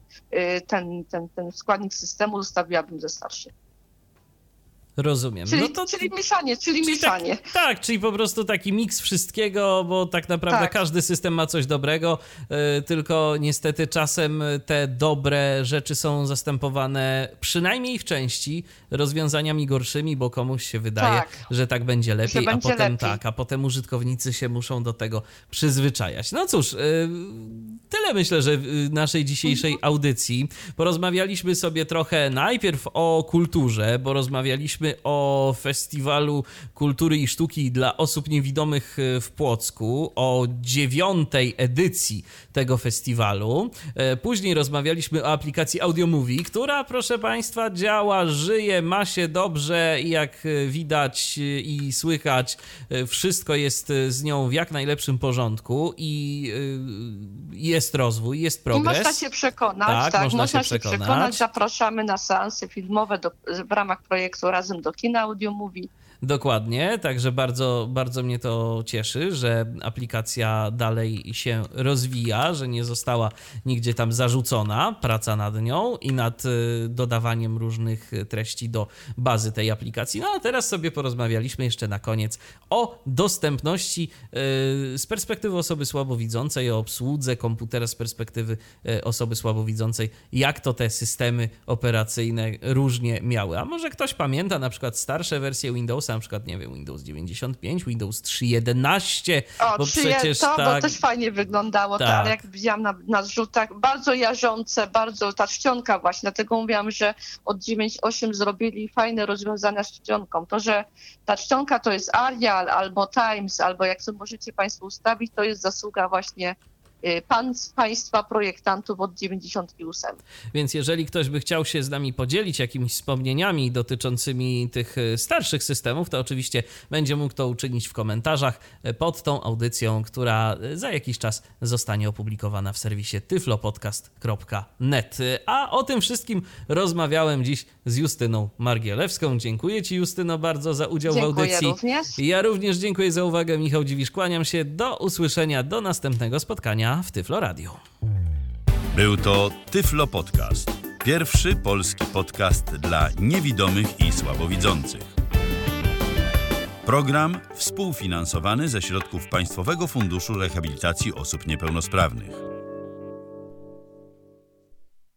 ten składnik systemu zostawiłabym ze starszych. Rozumiem. Czyli mieszanie. Tak, czyli po prostu taki miks wszystkiego, bo tak naprawdę każdy system ma coś dobrego, tylko niestety czasem te dobre rzeczy są zastępowane przynajmniej w części rozwiązaniami gorszymi, bo komuś się wydaje, że tak będzie lepiej, a potem użytkownicy się muszą do tego przyzwyczajać. No cóż, tyle myślę, że w naszej dzisiejszej audycji. Porozmawialiśmy sobie trochę najpierw o kulturze, bo rozmawialiśmy rozmawialiśmy o Festiwalu Kultury i Sztuki dla Osób Niewidomych w Płocku, o 9. edycji tego festiwalu. Później rozmawialiśmy o aplikacji AudioMovie, która, proszę Państwa, działa, żyje, ma się dobrze i jak widać i słychać, wszystko jest z nią w jak najlepszym porządku i jest rozwój, jest progres. I można się przekonać. Tak, można się przekonać. Zapraszamy na seanse filmowe w ramach projektu Razem do kina AudioMovie. Dokładnie, także bardzo, bardzo mnie to cieszy, że aplikacja dalej się rozwija, że nie została nigdzie tam zarzucona praca nad nią i nad dodawaniem różnych treści do bazy tej aplikacji. No a teraz sobie porozmawialiśmy jeszcze na koniec o dostępności z perspektywy osoby słabowidzącej, o obsłudze komputera z perspektywy osoby słabowidzącej, jak to te systemy operacyjne różnie miały. A może ktoś pamięta na przykład starsze wersje Windowsa, na przykład, nie wiem, Windows 95, Windows 3.11, bo przecież to tak... bo też fajnie wyglądało, tak. Ale jak widziałam na zrzutach, bardzo jarzące, bardzo ta czcionka właśnie, dlatego mówiłam, że od 9.8 zrobili fajne rozwiązania z czcionką. To, że ta czcionka to jest Arial albo Times, albo jak to możecie Państwo ustawić, to jest zasługa właśnie państwa projektantów od 98. Więc jeżeli ktoś by chciał się z nami podzielić jakimiś wspomnieniami dotyczącymi tych starszych systemów, to oczywiście będzie mógł to uczynić w komentarzach pod tą audycją, która za jakiś czas zostanie opublikowana w serwisie tyflopodcast.net. A o tym wszystkim rozmawiałem dziś z Justyną Margielewską. Dziękuję Ci, Justyno, bardzo za udział w audycji. Również. Ja również dziękuję za uwagę. Michał Dziwisz, kłaniam się. Do usłyszenia, do następnego spotkania w Tyflo Radio. Był to Tyflo Podcast. Pierwszy polski podcast dla niewidomych i słabowidzących. Program współfinansowany ze środków Państwowego Funduszu Rehabilitacji Osób Niepełnosprawnych.